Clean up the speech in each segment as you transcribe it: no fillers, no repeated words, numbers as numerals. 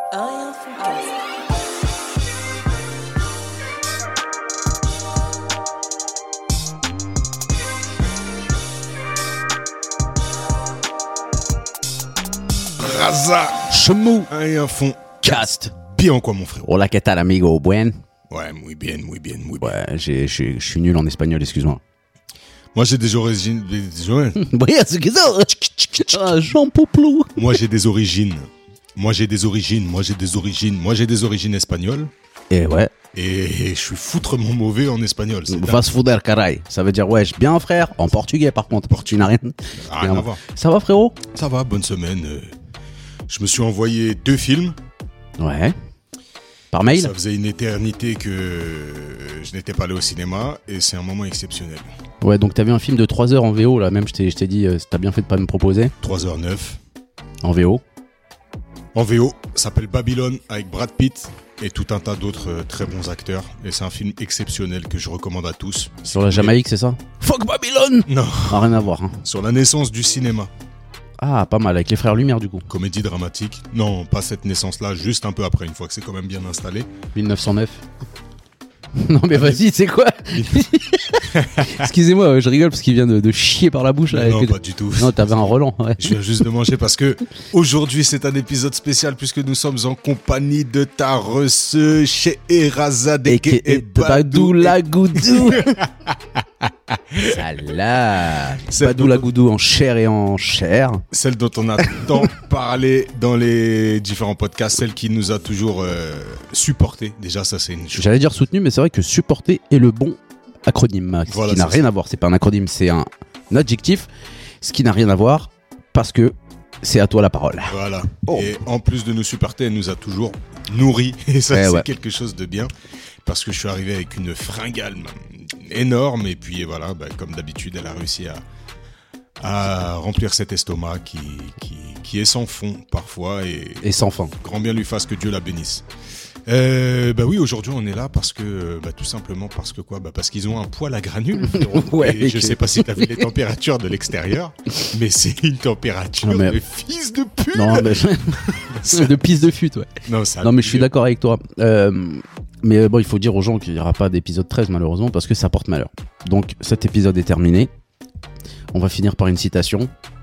Ariel Fantastic. Raza, Chemou, et un fond. cast. Bien quoi, mon frère? Hola, ¿qué tal, amigo? Buen. Ouais, muy bien. Ouais, je suis nul en espagnol, excuse-moi. Moi, j'ai des origines. Oui, c'est que ça. Ah, Jean Pouplou. Moi, j'ai des origines espagnoles. Et ouais, Et je suis foutrement mauvais en espagnol. C'est dingue. vas foder, caray. Ça veut dire wesh, bien frère. En portugais, par contre. Tu n'as rien. Rien à voir. Ça va, frérot? Ça va, bonne semaine. Je me suis envoyé 2 films. Ouais. Par mail? Ça faisait une éternité que je n'étais pas allé au cinéma et c'est un moment exceptionnel. Ouais, donc t'as vu un film de 3 heures en VO, là. Même, je t'ai dit, t'as bien fait de pas me proposer. 3h09. En VO. En VO, ça s'appelle Babylone avec Brad Pitt et tout un tas d'autres très bons acteurs. Et c'est un film exceptionnel que je recommande à tous. Sur la Jamaïque, c'est ça? Fuck Babylone! Non, Ah, rien à voir, hein. sur la naissance du cinéma. Ah, pas mal, avec les frères Lumière, du coup. Comédie dramatique. Non, pas cette naissance-là, juste un peu après, une fois que c'est quand même bien installé. 1909. Non mais vas-y, c'est quoi? Excusez-moi, je rigole parce qu'il vient de chier par la bouche là. Non, avec- pas du tout. Non, t'avais un Roland. Ouais. Je viens juste de manger parce que aujourd'hui c'est un épisode spécial puisque nous sommes en compagnie de ta reçue chez Erazadeke et Badou la Goudou. Salade. Celle Badou dont- la Goudou en chair et en chair. Celle dont on a tant parlé dans les différents podcasts, celle qui nous a toujours supporté. Déjà ça c'est une chose. J'allais dire soutenu, mais c'est vrai que supporter est le bon acronyme. Ce Voilà, qui n'a c'est rien ça. à voir. C'est pas un acronyme, c'est un adjectif. Ce qui n'a rien à voir parce que c'est à toi la parole. Voilà. Oh. Et en plus de nous supporter, elle nous a toujours nourris. Et ça, c'est ouais. quelque chose de bien. Parce que je suis arrivé avec une fringale énorme. Et puis voilà, comme d'habitude, elle a réussi à remplir cet estomac qui est sans fond parfois. Et sans fin. Grand bien lui fasse, que Dieu la bénisse. Oui, aujourd'hui on est là parce que tout simplement parce que quoi, parce qu'ils ont un poil à granules. Ouais, Et je ok. sais pas si t'as vu les températures de l'extérieur, mais c'est une température Non, mais- de fils de pute. Non, mais... de pisse de fut, ouais. Non, ça Non mais je suis d'accord avec toi. Mais bon, il faut dire aux gens qu'il n'y aura pas d'épisode 13 malheureusement parce que ça porte malheur. Donc cet épisode est terminé. On va finir par une citation.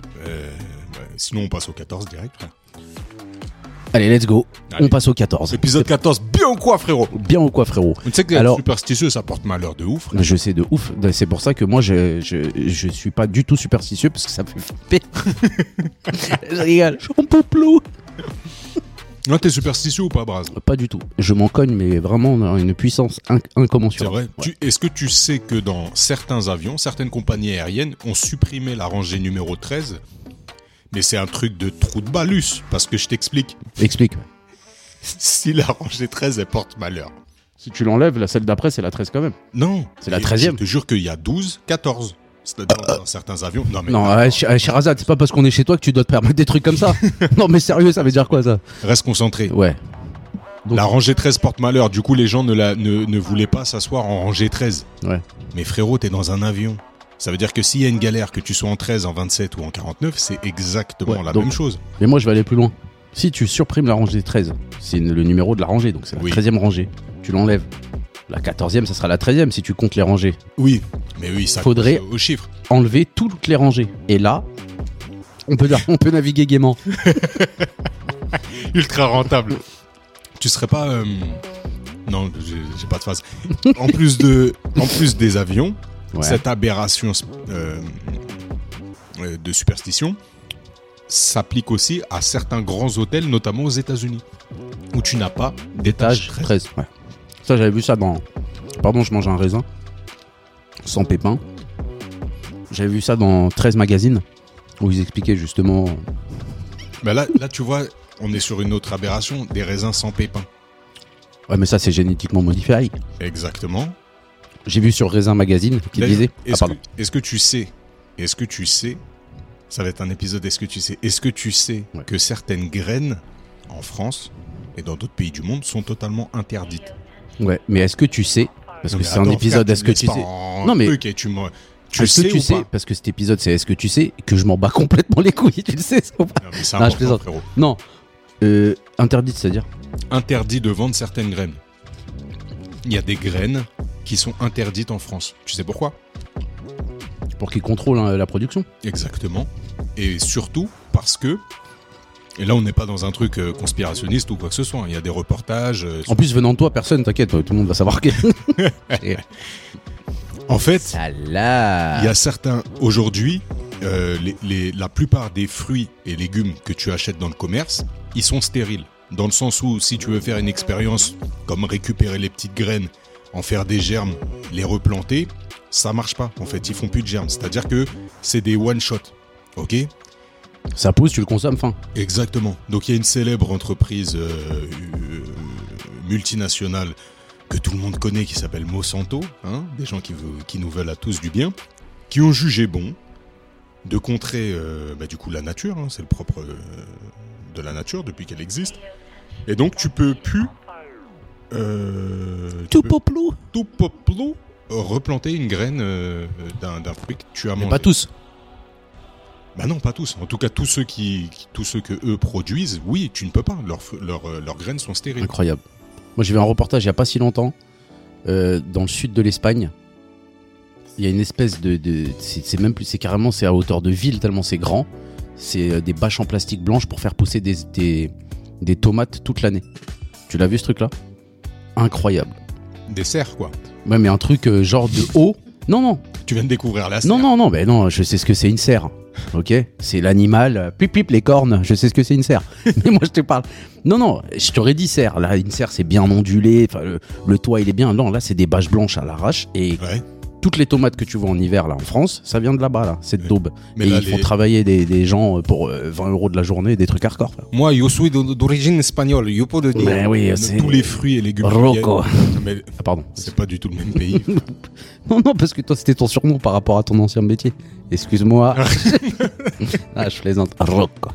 Sinon on passe au 14 direct, frère. Allez, let's go. Allez. On passe au 14. Épisode 14, bien ou quoi, frérot? Bien ou quoi, frérot? Tu sais que Alors- superstitieux, ça porte malheur de ouf, frère. Je sais de ouf. C'est pour ça que moi, je suis pas du tout superstitieux parce que ça me fait flipper. Je rigole. J'en peux plus. Non, t'es superstitieux ou pas, Braz? Pas du tout. Je m'en cogne, mais vraiment dans une puissance C'est incommensurable. vrai. Ouais. Est-ce que tu sais que dans certains avions, certaines compagnies aériennes ont supprimé la rangée numéro 13? Mais c'est un truc de trou de balus, parce que je t'explique. Explique. Si la rangée 13, elle porte malheur. Si tu l'enlèves, la celle d'après, c'est la 13 quand même. Non. C'est la Et 13e. Je te jure qu'il y a 12, 14. C'est-à-dire dans certains avions. Non, mais Non, Sherazade, c'est pas parce qu'on est chez toi que tu dois te permettre des trucs comme ça. Non, mais sérieux, ça veut dire quoi ça? reste concentré. Ouais. Donc- La rangée 13 porte malheur. Du coup, les gens ne voulaient pas s'asseoir en rangée 13. Ouais. Mais frérot, t'es dans un avion. Ça veut dire que s'il y a une galère, que tu sois en 13, en 27 ou en 49, c'est exactement Ouais, la donc- même chose. Mais moi, je vais aller plus loin. Si tu supprimes la rangée 13, c'est le numéro de la rangée, donc c'est la Oui. 13e rangée. Tu l'enlèves. La 14e, ça sera la 13e si tu comptes les rangées. Oui, mais oui, ça Faudrait- coûte au chiffre. Enlever toutes les rangées. Et là, on peut naviguer gaiement. Ultra rentable. Tu serais pas... Non, j'ai pas de phase. En plus des avions, Ouais. cette aberration de superstition s'applique aussi à certains grands hôtels, notamment aux États-Unis, où tu n'as pas d'étage Étage 13. 13. Ouais. Ça, j'avais vu ça dans. Pardon, je mange un raisin. Sans pépins. J'avais vu ça dans 13 magazines. Où ils expliquaient justement. Mais là, tu vois, on est sur une autre aberration, des raisins sans pépins. Ouais, mais ça, c'est génétiquement modifié. Exactement. J'ai vu sur Raisin Magazine qui D'ailleurs, disait. Ah, pardon. Est-ce que tu sais, ça va être un épisode, est-ce que tu sais Ouais. que certaines graines en France et dans d'autres pays du monde sont totalement interdites? Ouais, mais est-ce que tu sais. Parce Non, que mais c'est un attends, épisode, frère, est-ce que tu me sais. laisses pas en Non, mais- truc et tu Est-ce que tu ou sais, pas? parce que cet épisode c'est est-ce que tu sais que je m'en bats complètement les couilles, tu le sais ça ou pas? Non, mais c'est Non, je important, plaisante. frérot. Non. Interdite, c'est-à-dire? Interdit de vendre certaines graines. Il y a des graines qui sont interdites en France. Tu sais pourquoi? Pour qu'ils contrôlent la production. Exactement. Et surtout parce que, et là on n'est pas dans un truc conspirationniste ou quoi que ce soit, il y a des reportages... En plus, venant de toi, personne, t'inquiète, tout le monde va savoir que... En fait, il il y a certains... Aujourd'hui, la plupart des fruits et légumes que tu achètes dans le commerce, ils sont stériles. Dans le sens où, si tu veux faire une expérience comme récupérer les petites graines, en faire des germes, les replanter, ça marche pas. En fait, ils font plus de germes. C'est-à-dire que c'est des one-shot. Ok ? Ça pousse, tu le consommes fin. Exactement. Donc il y a une célèbre entreprise multinationale que tout le monde connaît qui s'appelle Monsanto, hein, des gens qui nous veulent à tous du bien, qui ont jugé bon de contrer du coup la nature, hein, c'est le propre de la nature depuis qu'elle existe. Et donc tu peux plus Tout poplou replanter une graine d'un fruit que tu as mangé. Mais pas tous. Bah non, pas tous. En tout cas, tous ceux que eux produisent, oui, tu ne peux pas. Leurs graines sont stériles. Incroyable. Moi, j'ai vu un reportage il y a pas si longtemps dans le sud de l'Espagne. Il y a une espèce c'est même plus, c'est à hauteur de ville tellement c'est grand. C'est des bâches en plastique blanche pour faire pousser des tomates toute l'année. Tu l'as vu ce truc-là? Incroyable. Des serres, quoi. Ouais, mais un truc genre de haut. Non. Tu viens de découvrir la serre. Non, mais non, je sais ce que c'est une serre. Ok, c'est l'animal, pip, les cornes, je sais ce que c'est une serre. Mais moi je te parle. Non, je t'aurais dit serre. Là, une serre c'est bien ondulé, le toit il est bien. Non, là c'est des bâches blanches à l'arrache et toutes les tomates que tu vois en hiver là en France, ça vient de là-bas là, cette daube. Mais et là, ils font travailler des gens pour 20 € de la journée, des trucs hardcore. Moi, je suis d'origine espagnole, je peux le dire. Mais oui, tous les fruits et légumes. Rocco. Mais pardon. C'est pas du tout le même pays. Non, parce que toi c'était ton surnom par rapport à ton ancien métier. Excuse-moi. Je plaisante. Rocco.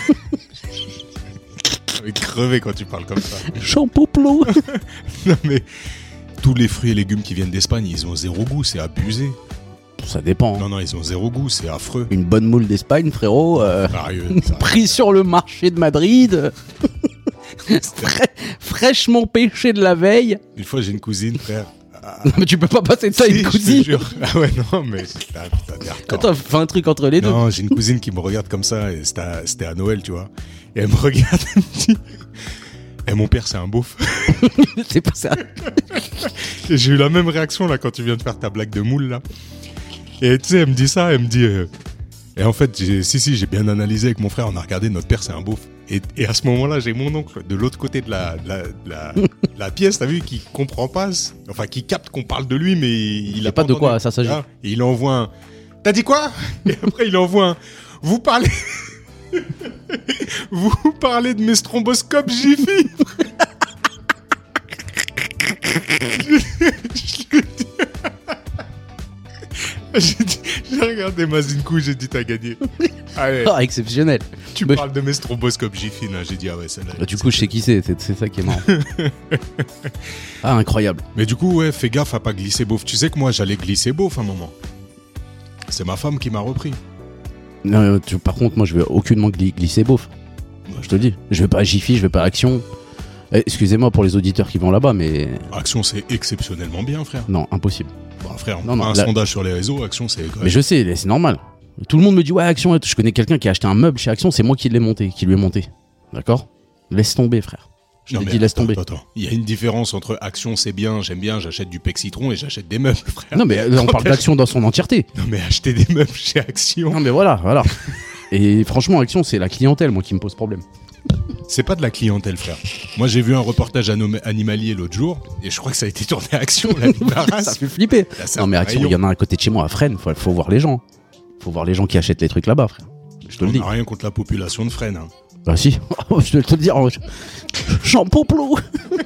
Je vais crever quand tu parles comme ça. Champouplo. Non mais tous les fruits et légumes qui viennent d'Espagne, ils ont zéro goût, c'est abusé. Ça dépend. Non, ils ont zéro goût, c'est affreux. Une bonne moule d'Espagne, frérot. Pris sur le marché de Madrid. Fraîchement pêché de la veille. Une fois, j'ai une cousine, frère. Non, mais tu peux pas passer de ça à une cousine. Je te jure. Ah ouais, non, mais attends, fais un truc entre les deux. Non, j'ai une cousine qui me regarde comme ça, et c'était à Noël, tu vois. Et elle me regarde, elle me dit... mon père, c'est un beauf. C'est pas ça. Et j'ai eu la même réaction, là, quand tu viens de faire ta blague de moule, là. Et tu sais, elle me dit ça, elle me dit... Et en fait, j'ai bien analysé avec mon frère, on a regardé, notre père, c'est un beauf. Et à ce moment-là, j'ai mon oncle de l'autre côté de la pièce, t'as vu, qui comprend pas, enfin, qui capte qu'on parle de lui, mais il a pas de quoi ça s'agit. Et il envoie un... T'as dit quoi? Et après, il envoie un... Vous parlez de mes stromboscopes Jiffy. J'ai regardé Mazinkou, j'ai dit t'as gagné. Allez. Ah, exceptionnel. Tu parles de mes stromboscopes Jiffy, là. J'ai dit ah ouais, celle-là. Bah, du coup, je sais qui c'est ça qui est marrant. Ah, incroyable. Mais du coup, ouais, fais gaffe à pas glisser beauf. Tu sais que moi, j'allais glisser beauf un moment. C'est ma femme qui m'a repris. Non, par contre, moi, je vais aucunement glisser beauf. Je te le dis. Je vais pas à Jiffy, je vais pas à Action. Excusez-moi pour les auditeurs qui vont là-bas, mais... Action, c'est exceptionnellement bien, frère. Non, impossible. Bah, frère, sondage sur les réseaux, Action, c'est... Mais je sais, c'est normal. Tout le monde me dit, ouais, Action, je connais quelqu'un qui a acheté un meuble chez Action, c'est moi qui lui ai monté. D'accord ? Laisse tomber, frère. Je te dis, laisse tomber. Attends. Il y a une différence entre Action, c'est bien, j'aime bien, j'achète du Pec Citron et j'achète des meubles, frère. Non, mais on parle d'Action dans son entièreté. Non, mais acheter des meubles chez Action... Non, mais voilà. Et franchement, Action, c'est la clientèle, moi, qui me pose problème. C'est pas de la clientèle, frère. Moi, j'ai vu un reportage animalier l'autre jour, et je crois que ça a été tourné à Action, la Ça fait flipper. Non, mais Action, il y en a à côté de chez moi, à Fresnes. Faut voir les gens. Faut voir les gens qui achètent les trucs là-bas, frère. Je te le dis. On n'a rien contre la population de Fresnes. Hein. Bah si, je vais te le dire. Jean Poplou.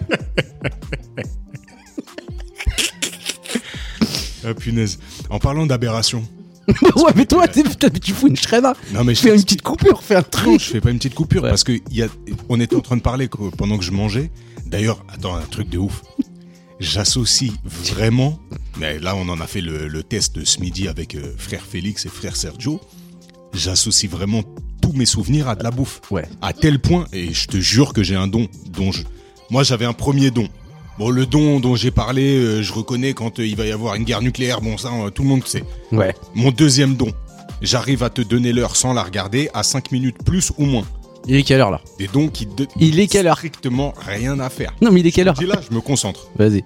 Ah punaise. En parlant d'aberration. Ouais, mais toi, tu fous une shreda. Non, mais fais une petite coupure, fais un truc. Non, je fais pas une petite coupure parce que on était en train de parler pendant que je mangeais. D'ailleurs, attends, un truc de ouf. J'associe vraiment, mais là on en a fait le test ce midi avec frère Félix et frère Sergio. J'associe vraiment tous mes souvenirs à de la bouffe. Ouais. À tel point, et je te jure que j'ai un don Moi, j'avais un premier don. Bon, le don dont j'ai parlé, je reconnais quand il va y avoir une guerre nucléaire, bon ça, tout le monde sait. Ouais. Mon deuxième don, j'arrive à te donner l'heure sans la regarder à 5 minutes plus ou moins. Il est quelle heure là? Des dons qui Il est quelle heure? Strictement rien à faire. Non mais il est quelle heure? Je dis là, je me concentre. Vas-y.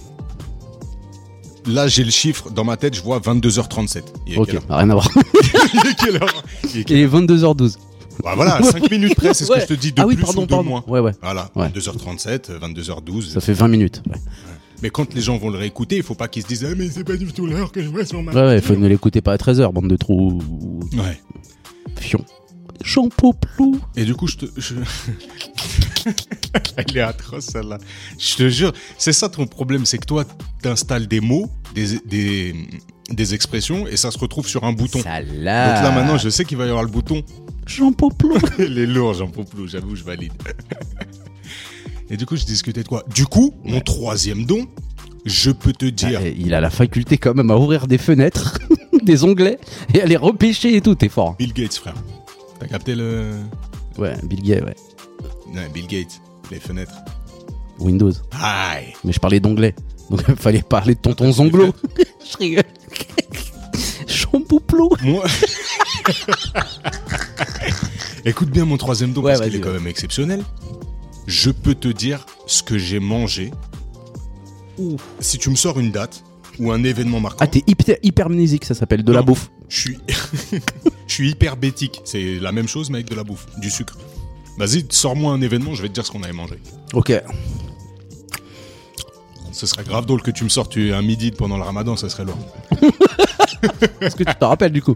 Là, j'ai le chiffre dans ma tête, je vois 22h37. Il est Ok, quelle heure rien à voir. Il est quelle heure Il est 22h12. Bah voilà, 5 minutes près, c'est ce que je te dis, de ah oui, plus pardon, ou de pardon. moins. Ouais. Voilà, Ouais. 22h37, 22h12. Ça fait 20 minutes. Ouais, Mais quand les gens vont le réécouter, il faut pas qu'ils se disent « Ah mais c'est pas du tout l'heure que je vois sur ma... » ouais, faut ne l'écouter pas à 13h, bande de trous. Ouais. Fion. Champoplou. Et du coup, Elle est atroce, celle-là. Je te jure, c'est ça ton problème, c'est que toi, t'installes des mots, des expressions, et ça se retrouve sur un bouton. Salade. Donc là, maintenant, je sais qu'il va y avoir le bouton. Champoplou. Il est lourd, j'en peux plus, j'avoue, je valide. Et du coup, je discutais de quoi? Du coup, mon troisième don, je peux te dire... Il a la faculté quand même à ouvrir des fenêtres, des onglets, et à les repêcher et tout, t'es fort. Bill Gates, frère. T'as capté le... Ouais, Bill Gates, ouais. Non, Bill Gates, les fenêtres. Windows. Aïe. Mais je parlais d'onglet. Donc il fallait parler de tonton Zonglo. Je rigole. Champoplou. Moi... Écoute bien mon troisième don, Ouais, parce qu'il vas-y, est quand même exceptionnel. Je peux te dire ce que j'ai mangé. Si tu me sors une date ou un événement marquant. Ah, t'es hypermnésique, ça s'appelle de la Non, bouffe. Je suis hyper bétique. C'est la même chose, mais avec de la bouffe, du sucre. Vas-y, sors-moi un événement, je vais te dire ce qu'on avait mangé. Ok. Ce serait grave drôle que tu me sortes un midi pendant le ramadan, ça serait lourd. Est-ce que tu te rappelles du coup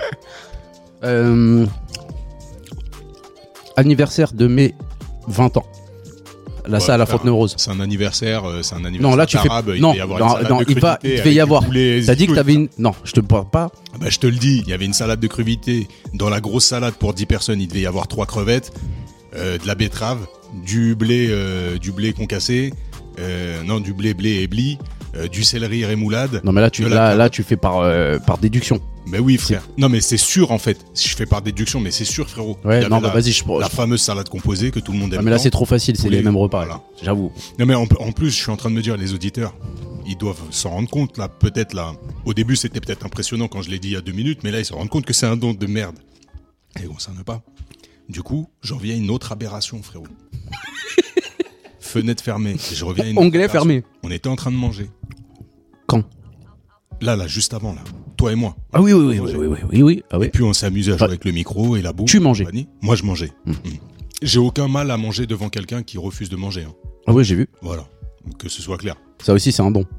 Anniversaire de mes 20 ans. Là, ça à la Fontenay-aux-Roses. C'est un anniversaire Non, là tu fais. arabe, Non, il devait y avoir une salade de il crudité devait y avec avoir. du poulet T'as dit que zitoun. t'avais une. Non, je te parle pas. Bah, je te le dis, il y avait une salade de crudité. Dans la grosse salade pour 10 personnes, il devait y avoir 3 crevettes, de la betterave, du blé concassé, du blé et blie, du céleri rémoulade. Non, mais là tu fais par déduction. Mais oui, frère. Non, mais c'est sûr en fait. Je fais par déduction, mais c'est sûr, frérot. Ouais, Il y non, avait bah vas-y, je la fameuse salade composée que tout le monde aime. Ah, mais là tant. c'est trop facile, c'est Poulet, les mêmes repas. voilà. J'avoue. Non, mais en plus, je suis en train de me dire, les auditeurs, ils doivent s'en rendre compte là. Peut-être là. Au début, c'était peut-être impressionnant quand je l'ai dit il y a 2 minutes, mais là, ils se rendent compte que c'est un don de merde. Et on s'en a pas. Du coup, j'en viens à une autre aberration, frérot. Fenêtre fermée. Je reviens à une Onglet aberration. fermé. On était en train de manger. Quand? Là, juste avant, là. Toi et moi. Ah oui. Ah Et oui. puis on s'est amusé à jouer avec le micro et la bouffe. Tu mangeais. compagnie. Moi, je mangeais. J'ai aucun mal à manger devant quelqu'un qui refuse de manger. Hein. Ah oui, j'ai vu. Voilà. Que ce soit clair. Ça aussi, c'est un don.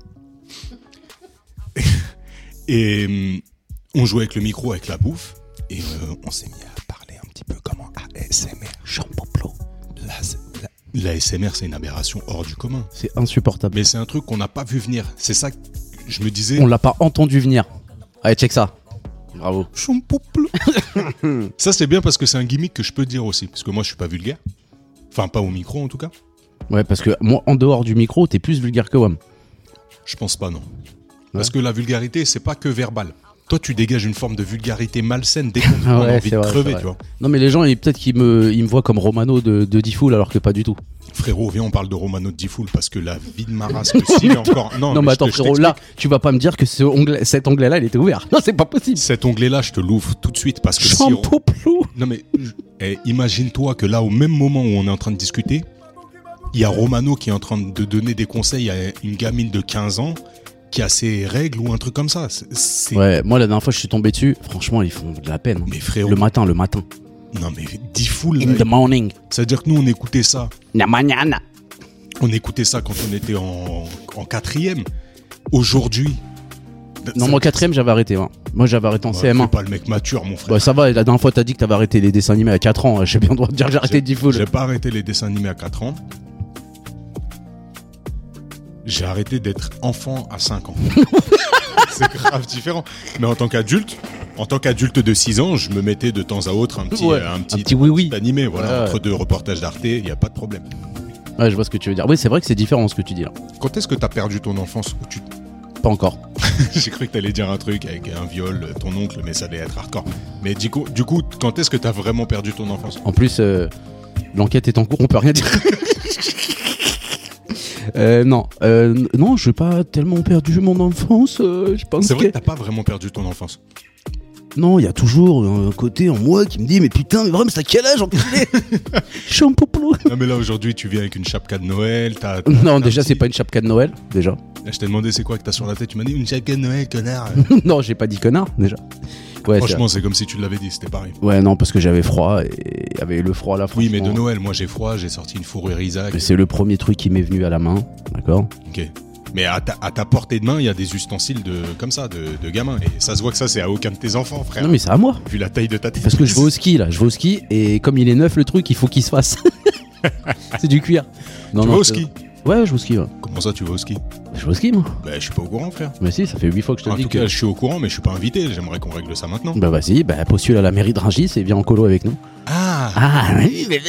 Et on jouait avec le micro, avec la bouffe. Et on s'est mis à parler un petit peu comme en ASMR. Champoplou. L'ASMR, c'est une aberration hors du commun. C'est insupportable. Mais c'est un truc qu'on n'a pas vu venir. C'est ça que je me disais. On l'a pas entendu venir. Allez, check ça. Bravo. Ça, c'est bien parce que c'est un gimmick que je peux dire aussi. Parce que moi, je suis pas vulgaire. Enfin, pas au micro, en tout cas. Ouais, parce que moi, en dehors du micro, t'es plus vulgaire que WAM. Je pense pas, non. Parce que la vulgarité, c'est pas que verbal. Toi, tu dégages une forme de vulgarité malsaine dès qu'on a envie de crever, tu vois. Non, mais les gens, peut-être qu'ils me voient comme Romano de D-Fool, alors que pas du tout. Frérot, viens, on parle de Romano de D-Fool parce que la vie de ma race, que s'il est encore. Non, mais attends, frérot, là, tu vas pas me dire que cet onglet-là, il était ouvert. Non, c'est pas possible. Cet onglet-là, je te l'ouvre tout de suite parce que Champoplou. Non, mais imagine-toi que là, au même moment où on est en train de discuter, il y a Romano qui est en train de donner des conseils à une gamine de 15 ans qui a ses règles ou un truc comme ça. Ouais, moi, la dernière fois, je suis tombé dessus. Franchement, ils font de la peine. Hein. Mais frérot. Le matin. Non, mais D-Fool. In the morning. C'est-à-dire que nous, on écoutait ça. La mañana. On écoutait ça quand on était en 4e. Aujourd'hui. Non, moi, 4ème, j'avais arrêté. Hein. Moi, j'avais arrêté en CM1. C'est pas le mec mature, mon frère. Bah, ça va, la dernière fois, t'as dit que t'avais arrêté les dessins animés à 4 ans. J'ai bien le droit de dire que j'ai arrêté D-Fool. J'ai pas arrêté les dessins animés à 4 ans. J'ai arrêté d'être enfant à 5 ans. C'est grave différent. Mais en tant qu'adulte de 6 ans, je me mettais de temps à autre un petit oui. animé. Voilà, Ouais. entre 2 reportages d'Arte, il n'y a pas de problème. Ouais, je vois ce que tu veux dire. Oui, c'est vrai que c'est différent ce que tu dis là. Quand est-ce que t'as perdu ton enfance? Pas encore. J'ai cru que t'allais dire un truc avec un viol, ton oncle, mais ça allait être hardcore. Mais du coup, quand est-ce que t'as vraiment perdu ton enfance? En plus, l'enquête est en cours, on peut rien dire. Non, j'ai pas tellement perdu mon enfance. Je pense C'est vrai que t'as pas vraiment perdu ton enfance. Non, il y a toujours un côté en moi qui me dit mais putain, mais vraiment, c'est à quel âge enculé? Je suis un poupou. Non mais là aujourd'hui tu viens avec une chapka de Noël. Non, déjà c'est pas une chapka de Noël, déjà. Là, je t'ai demandé c'est quoi que t'as sur la tête, tu m'as dit une chapka de Noël, connard. Non, j'ai pas dit connard, déjà. Ouais, franchement, c'est comme si tu l'avais dit, c'était pareil. Ouais, non, parce que j'avais froid et il y avait le froid là. Oui, mais de Noël, moi j'ai froid, j'ai sorti une fourrure Isaac. C'est le premier truc qui m'est venu à la main, d'accord? Ok. Mais à ta portée de main, il y a des ustensiles comme ça, de gamins. Et ça se voit que ça, c'est à aucun de tes enfants, frère. Non, mais c'est à moi. Vu la taille de ta tête. Parce que je vais au ski, là. Je vais au ski et comme il est neuf, le truc, il faut qu'il se fasse. C'est du cuir. Non, tu vas au ski? Ouais, je vais au ski. Ouais. Comment ça, tu vas au ski? Je vais au ski, moi. Bah, je suis pas au courant, frère. Mais si, ça fait 8 fois que je te le dis. En tout cas, je suis au courant, mais je suis pas invité. J'aimerais qu'on règle ça maintenant. Bah, vas-y, postule à la mairie de Rungis et viens en colo avec nous. Ah, oui, mais.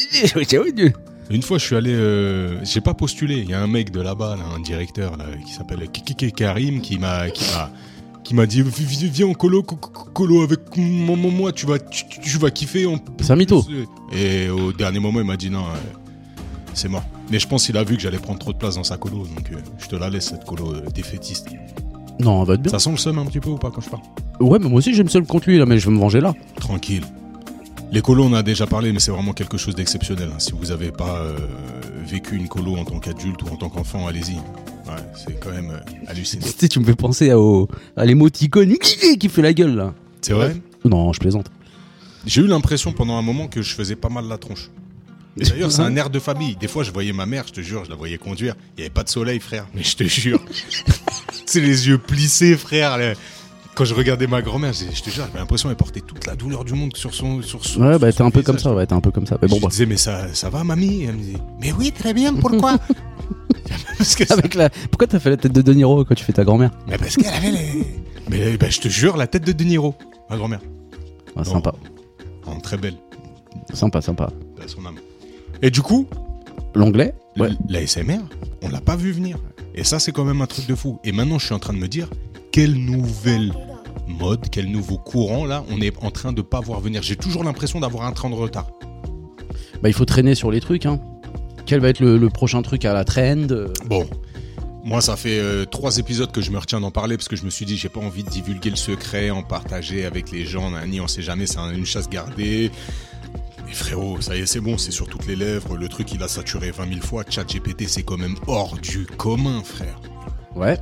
une fois, je suis allé. J'ai pas postulé. Il y a un mec de là-bas, là, un directeur là, qui s'appelle Karim, qui m'a dit viens en colo avec moi, tu vas kiffer. C'est un mytho. Et au dernier moment, il m'a dit non, c'est mort. Mais je pense qu'il a vu que j'allais prendre trop de place dans sa colo, donc je te la laisse cette colo défaitiste. Non, on va être bien. Ça sent le seum un petit peu ou pas quand je parle? Ouais, mais moi aussi j'ai le seum contre lui là, mais je vais me venger là. Tranquille. Les colos, on a déjà parlé, mais c'est vraiment quelque chose d'exceptionnel. Hein. Si vous n'avez pas vécu une colo en tant qu'adulte ou en tant qu'enfant, allez-y. Ouais, c'est quand même hallucinant. Tu me fais penser à l'émoticône qui fait la gueule là. C'est vrai? Non, je plaisante. J'ai eu l'impression pendant un moment que je faisais pas mal la tronche. Et d'ailleurs, c'est un air de famille. Des fois, je voyais ma mère, je te jure, je la voyais conduire. Il n'y avait pas de soleil, frère, mais je te jure. C'est les yeux plissés, frère. Quand je regardais ma grand-mère, je te jure, j'avais l'impression qu'elle portait toute la douleur du monde sur son ouais, bah t'es un peu comme ça, ouais, t'es un peu comme ça. Mais bon, je disais, mais ça va, mamie? Et elle me disait, mais oui, très bien, pourquoi? Parce que Pourquoi t'as fait la tête de De Niro quand tu fais ta grand-mère? Mais parce qu'elle avait les... Mais je te jure, la tête de De Niro, ma grand-mère. Ah, sympa. Non, très belle. Sympa. À son âme. Et du coup, l'anglais, ouais. La SMR, on l'a pas vu venir. Et ça, c'est quand même un truc de fou. Et maintenant, je suis en train de me dire, quelle nouvelle mode, quel nouveau courant, là, on est en train de pas voir venir. J'ai toujours l'impression d'avoir un train de retard. Bah, il faut traîner sur les trucs, hein. Quel va être le prochain truc à la trend? Bon, moi, ça fait 3 épisodes que je me retiens d'en parler parce que je me suis dit, j'ai pas envie de divulguer le secret, en partager avec les gens, on sait jamais, c'est une chasse gardée. Mais frérot, ça y est, c'est bon, c'est sur toutes les lèvres, le truc, il a saturé 20 000 fois. ChatGPT, c'est quand même hors du commun, frère. Ouais.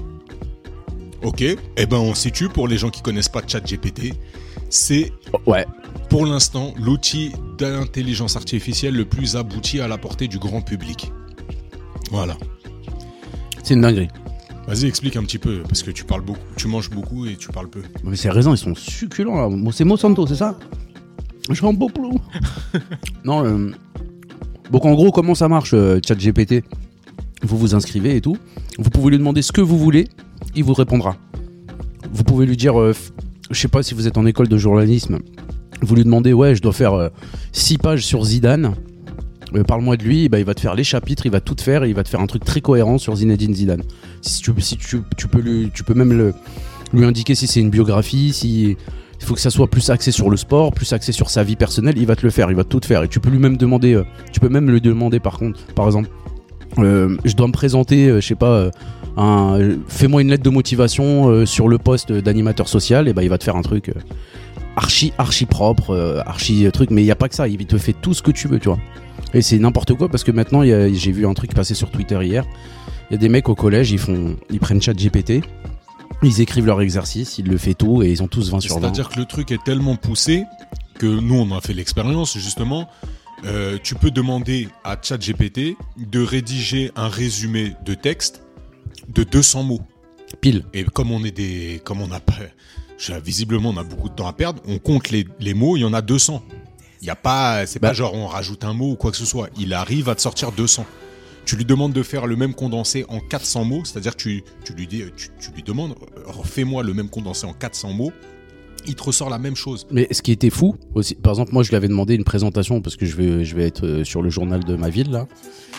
Ok, eh ben on situe pour les gens qui connaissent pas ChatGPT, c'est ouais. Pour l'instant l'outil d'intelligence artificielle le plus abouti à la portée du grand public. Voilà. C'est une dinguerie. Vas-y, explique un petit peu, parce que tu parles beaucoup, tu manges beaucoup et tu parles peu. Mais ces raisins, ils sont succulents là. C'est Monsanto, c'est ça? Je suis en beau plomb. Non, donc en gros, comment ça marche ChatGPT? Vous vous inscrivez et tout. Vous pouvez lui demander ce que vous voulez. Il vous répondra. Vous pouvez lui dire, je sais pas si vous êtes en école de journalisme, vous lui demandez, ouais, je dois faire 6 pages sur Zidane, parle-moi de lui, bah, il va te faire les chapitres, il va tout te faire, et il va te faire un truc très cohérent sur Zinedine Zidane. Si tu peux même lui indiquer si c'est une biographie, si il faut que ça soit plus axé sur le sport, plus axé sur sa vie personnelle, il va te le faire, il va tout te faire. Et tu peux lui même demander, lui demander par contre, par exemple, je dois me présenter, je sais pas, fais-moi une lettre de motivation sur le poste d'animateur social, et bah il va te faire un truc archi propre, archi truc, mais il y a pas que ça, il te fait tout ce que tu veux, tu vois. Et c'est n'importe quoi parce que maintenant j'ai vu un truc passer sur Twitter hier. Il y a des mecs au collège, ils prennent ChatGPT, ils écrivent leur exercice, ils le font tout et ils ont tous 20 sur 20. C'est-à-dire que le truc est tellement poussé que nous on a fait l'expérience justement. Tu peux demander à ChatGPT de rédiger un résumé de texte de 200 mots. Pile. Et comme on n'a pas, visiblement on a beaucoup de temps à perdre, on compte les mots, il y en a 200. Il y a pas, c'est pas genre on rajoute un mot ou quoi que ce soit. Il arrive à te sortir 200. Tu lui demandes de faire le même condensé en 400 mots, c'est-à-dire que tu lui demandes, fais-moi le même condensé en 400 mots. Il te ressort la même chose. Mais ce qui était fou aussi, par exemple, moi je lui avais demandé une présentation parce que je vais être sur le journal de ma ville là.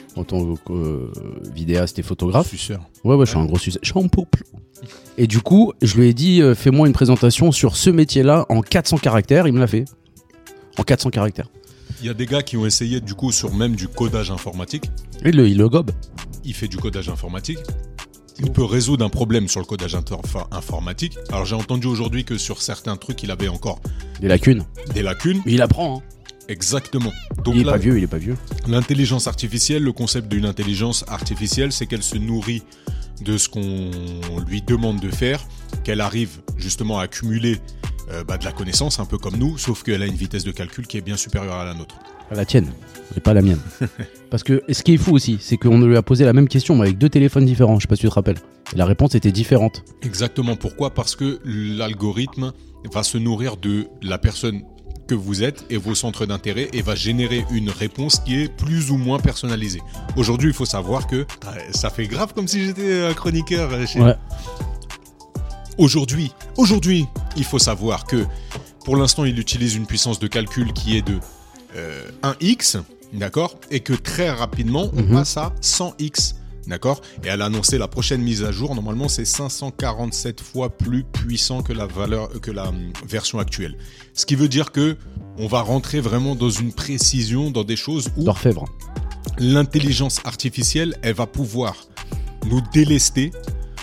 en tant que vidéaste et photographe. Suceur. Ouais, je suis un gros suceur. Je suis un poupou. Et du coup, je lui ai dit, fais-moi une présentation sur ce métier-là en 400 caractères. Il me l'a fait. En 400 caractères. Il y a des gars qui ont essayé du coup sur même du codage informatique. Et il le gobe. Il fait du codage informatique. Il peut résoudre un problème sur le codage informatique. Alors j'ai entendu aujourd'hui que sur certains trucs, il avait encore des lacunes. Mais il apprend. Hein. Exactement. Donc il est pas vieux. L'intelligence artificielle, le concept d'une intelligence artificielle, c'est qu'elle se nourrit de ce qu'on lui demande de faire, qu'elle arrive justement à accumuler de la connaissance, un peu comme nous, sauf qu'elle a une vitesse de calcul qui est bien supérieure à la nôtre. À la tienne, et pas la mienne. Parce que ce qui est fou aussi, c'est qu'on lui a posé la même question, mais avec 2 téléphones différents, je sais pas si tu te rappelles. Et la réponse était différente. Exactement. Pourquoi ? Parce que l'algorithme va se nourrir de la personne que vous êtes et vos centres d'intérêt et va générer une réponse qui est plus ou moins personnalisée. Aujourd'hui, il faut savoir que ça fait grave comme si j'étais un chroniqueur. Ouais. Aujourd'hui, il faut savoir que pour l'instant, il utilise une puissance de calcul qui est de 1x, d'accord ? Et que très rapidement, on passe à 100x, d'accord ? Et elle a annoncé la prochaine mise à jour, normalement, c'est 547 fois plus puissant que la version actuelle. Ce qui veut dire que on va rentrer vraiment dans une précision, dans des choses où d'orfèvre. L'intelligence artificielle, elle va pouvoir nous délester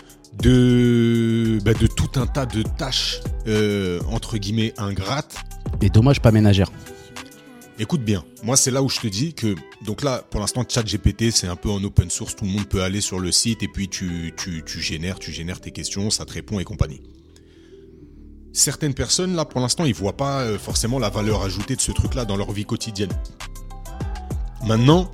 de tout un tas de tâches entre guillemets ingrates et dommage pas ménagères. Écoute bien, moi c'est là où je te dis que donc là pour l'instant ChatGPT c'est un peu en open source, tout le monde peut aller sur le site et puis tu génères tes questions, ça te répond et compagnie. Certaines personnes là pour l'instant ils voient pas forcément la valeur ajoutée de ce truc là dans leur vie quotidienne. Maintenant,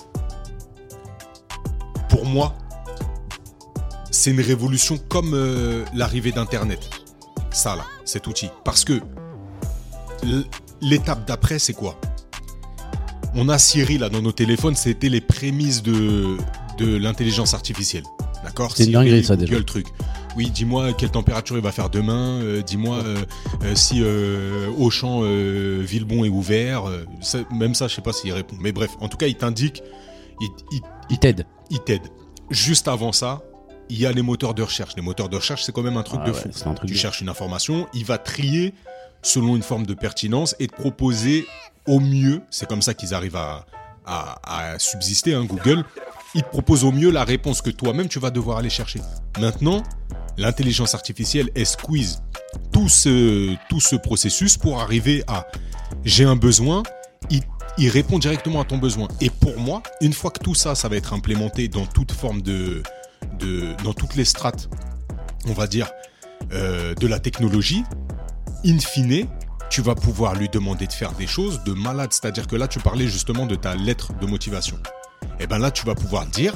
pour moi, c'est une révolution comme l'arrivée d'Internet. Ça là, cet outil. Parce que l'étape d'après, c'est quoi ? On a Siri là dans nos téléphones, c'était les prémices de l'intelligence artificielle. D'accord ? C'est une dinguerie ça déjà. Le truc. Oui, dis-moi quelle température il va faire demain, dis-moi si Auchan Villebon est ouvert. Même ça, je sais pas s'il répond. Mais bref, en tout cas, il t'indique. Il t'aide. Il t'aide. Juste avant ça, il y a les moteurs de recherche. Les moteurs de recherche, c'est quand même un truc de fou. Tu cherches une information, il va trier selon une forme de pertinence et te proposer au mieux, c'est comme ça qu'ils arrivent à subsister, hein, Google, il te propose au mieux la réponse que toi-même tu vas devoir aller chercher. Maintenant, l'intelligence artificielle, elle squeeze tout ce processus pour arriver à j'ai un besoin, il répond directement à ton besoin. Et pour moi, une fois que tout ça va être implémenté dans toute forme dans toutes les strates, on va dire, de la technologie, in fine, tu vas pouvoir lui demander de faire des choses de malade. C'est-à-dire que là, tu parlais justement de ta lettre de motivation. Et bien là, tu vas pouvoir dire,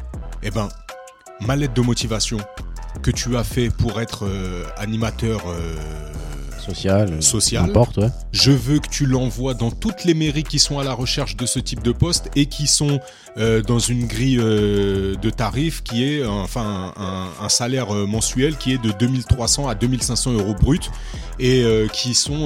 ma lettre de motivation que tu as fait pour être animateur social, n'importe, ouais. Je veux que tu l'envoies dans toutes les mairies qui sont à la recherche de ce type de poste et qui sont dans une grille de tarifs qui est un salaire mensuel qui est de 2300 à 2500 euros brut et qui sont